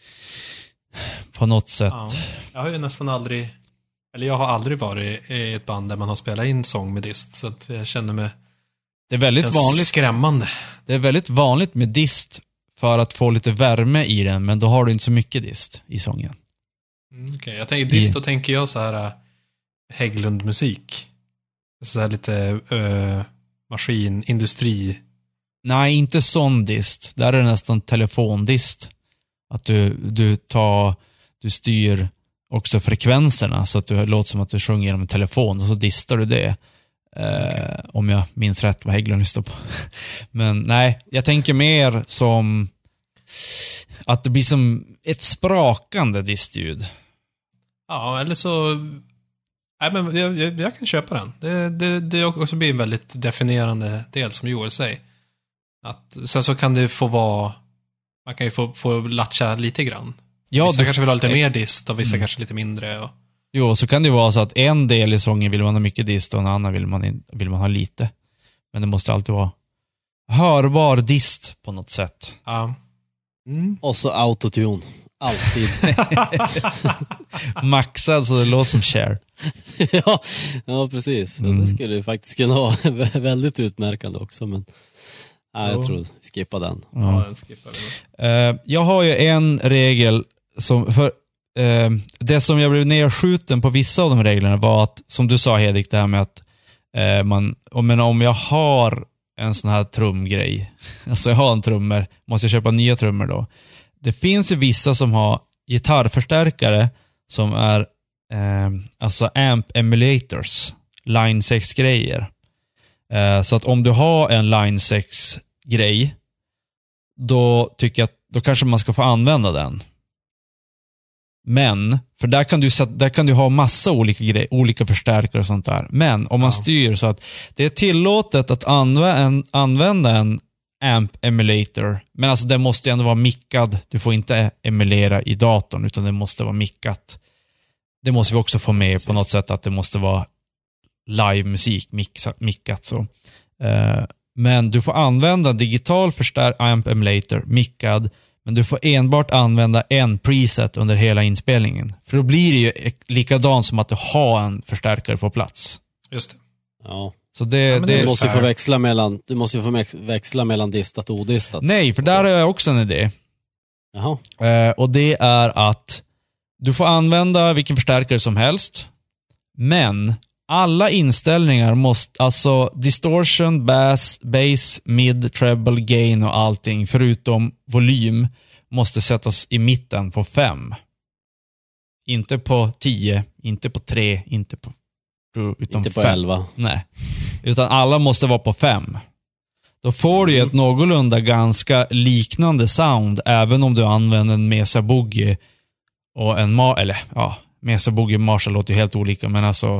på något sätt... Ja. Jag har ju nästan aldrig, eller jag har aldrig varit i ett band där man har spelat in sång med dist, så att jag känner mig... Det är väldigt vanligt. Skrämmande. Det är väldigt vanligt med dist för att få lite värme i den, men då har du inte så mycket dist i sången. Okej. Jag tänker dist, då tänker jag så här Hägglund-musik. Så här lite maskin, industri. Nej, inte sån dist. Där är det nästan telefondist. Att du styr också frekvenserna så att du låter som att du sjunger genom en telefon och så distar du det. Om jag minns rätt vad Hägglund lyssnar på. Men nej, jag tänker mer som att det blir som ett sprakande distljud. Ja, eller så... Nej, men jag kan köpa den. Det också blir en väldigt definierande del, som Joel säger. Att, sen så kan det få vara... Man kan ju få latcha lite grann. Ja, vissa kanske vill ha lite mer dist och vissa kanske lite mindre. Och... Jo, så kan det ju vara så att en del i sången vill man ha mycket dist och en annan vill man ha lite. Men det måste alltid vara hörbar dist på något sätt. Ja. Och så autotune. Alltid. Maxad så det låter som Cher. ja, precis. Det skulle ju faktiskt kunna vara väldigt utmärkande också, men jag tror skippa den. Ja, den skippar vi. Jag har ju en regel som det som jag blev nedskjuten på vissa av de reglerna var att, som du sa Hedik, det här med att om jag har en sån här trumgrej, alltså jag har en trummor, måste jag köpa nya trummor då. Det finns ju vissa som har gitarrförstärkare som är alltså amp emulators, line 6 grejer. Så att om du har en line 6 grej, då tycker jag att då kanske man ska få använda den. Men, för där kan du ha massa olika grejer, olika förstärkare och sånt där. Men om man styr så att det är tillåtet att använda en amp emulator, men alltså det måste ju ändå vara mickad. Du får inte emulera i datorn, utan det måste vara mickat. Det måste vi också få med på något sätt, att det måste vara live-musik mickat så. Men du får använda digital amp emulator mickad, men du får enbart använda en preset under hela inspelningen. För då blir det ju likadant som att du har en förstärkare på plats. Just det. Ja. Så du måste ju få växla mellan distat och odistat. Nej, för där har jag också en idé. Jaha. Och det är att du får använda vilken förstärkare som helst, men alla inställningar måste, alltså distortion, bass, mid, treble, gain och allting förutom volym måste sättas i mitten på 5. Inte på 10, inte på 3, inte på 5. 11. Nej. Utan alla måste vara på 5. Då får du ju ett någorlunda ganska liknande sound, även om du använder en Mesa Boogie och en Mesa Boogie Marshall låter ju helt olika, men alltså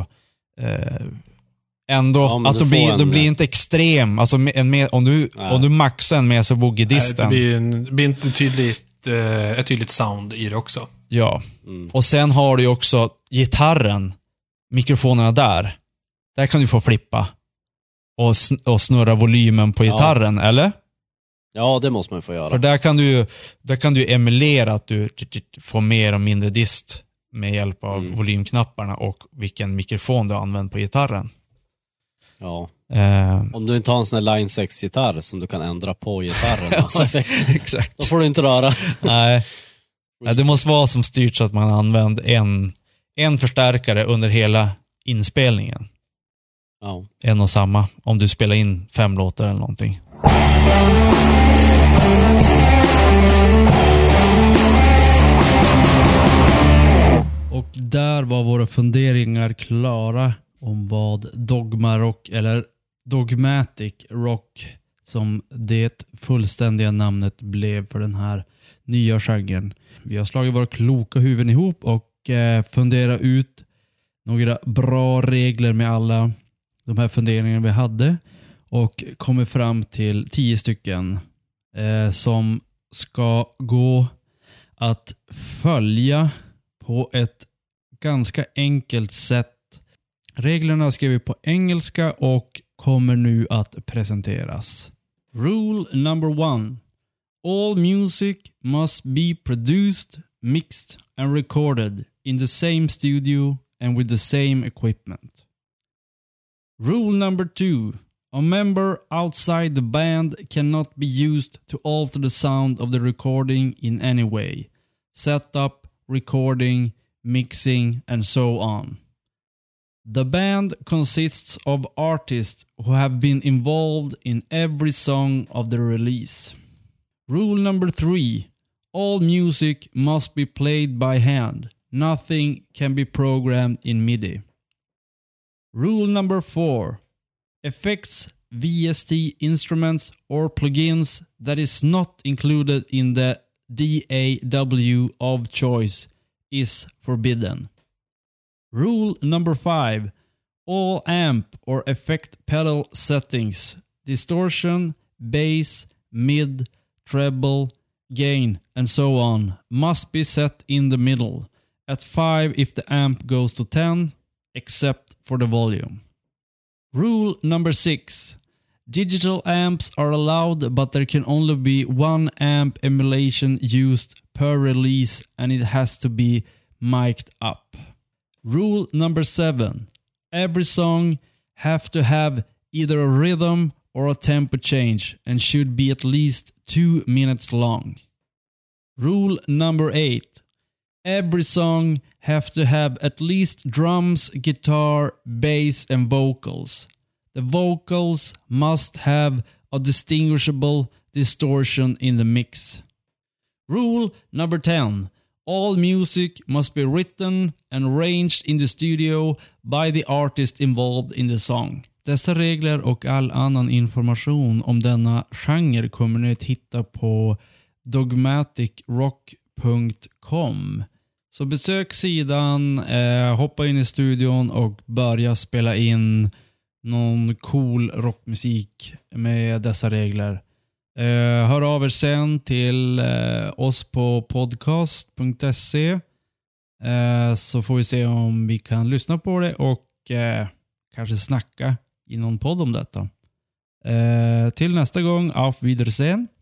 ändå att det blir inte extrem, alltså om du maxar en Mesa Boogie-disten. Det blir inte ett tydligt sound i det också. Ja. Och sen har du ju också gitarren, mikrofonerna där kan du få flippa och snurra volymen på gitarren, eller? Ja, det måste man få göra. För där kan du emulera att du får mer och mindre dist med hjälp av volymknapparna och vilken mikrofon du använder på gitarren. Ja. Om du inte har en sån här Line 6-gitarr som du kan ändra på gitarren. Exakt. Då får du inte röra. Nej, det måste vara som styrt så att man använder en förstärkare under hela inspelningen. Ja. En och samma. Om du spelar in 5 låtar eller någonting. där var våra funderingar klara om vad Dogma Rock eller Dogmatic Rock, som det fullständiga namnet blev för den här nya genren. Vi har slagit våra kloka huvuden ihop och funderat ut några bra regler med alla de här funderingarna vi hade och kommer fram till 10 stycken som ska gå att följa på ett ganska enkelt sätt. Reglerna skrev vi på engelska och kommer nu att presenteras. Rule number 1. All music must be produced, mixed and recorded in the same studio and with the same equipment. Rule number 2. A member outside the band cannot be used to alter the sound of the recording in any way. Setup, recording, mixing, and so on. The band consists of artists who have been involved in every song of the release. Rule number 3. All music must be played by hand. Nothing can be programmed in MIDI. Rule number 4. Effects, VST instruments or plugins that is not included in the DAW of choice is forbidden. Rule number 5. All amp or effect pedal settings, distortion, bass, mid, treble, gain, and so on must be set in the middle, at 5 if the amp goes to 10, except for the volume. Rule number 6. Digital amps are allowed, but there can only be one amp emulation used per release and it has to be mic'd up. Rule number 7. Every song have to have either a rhythm or a tempo change and should be at least 2 minutes long. Rule number 8. Every song have to have at least drums, guitar, bass and vocals. The vocals must have a distinguishable distortion in the mix. Rule number 10. All music must be written and arranged in the studio by the artist involved in the song. Dessa regler och all annan information om denna genre kommer ni att hitta på dogmaticrock.com. Så besök sidan, hoppa in i studion och börja spela in någon cool rockmusik med dessa regler. Hör av er sen till oss på podcast.se så får vi se om vi kan lyssna på det och kanske snacka i någon podd om detta. Till nästa gång, auf Wiedersehen.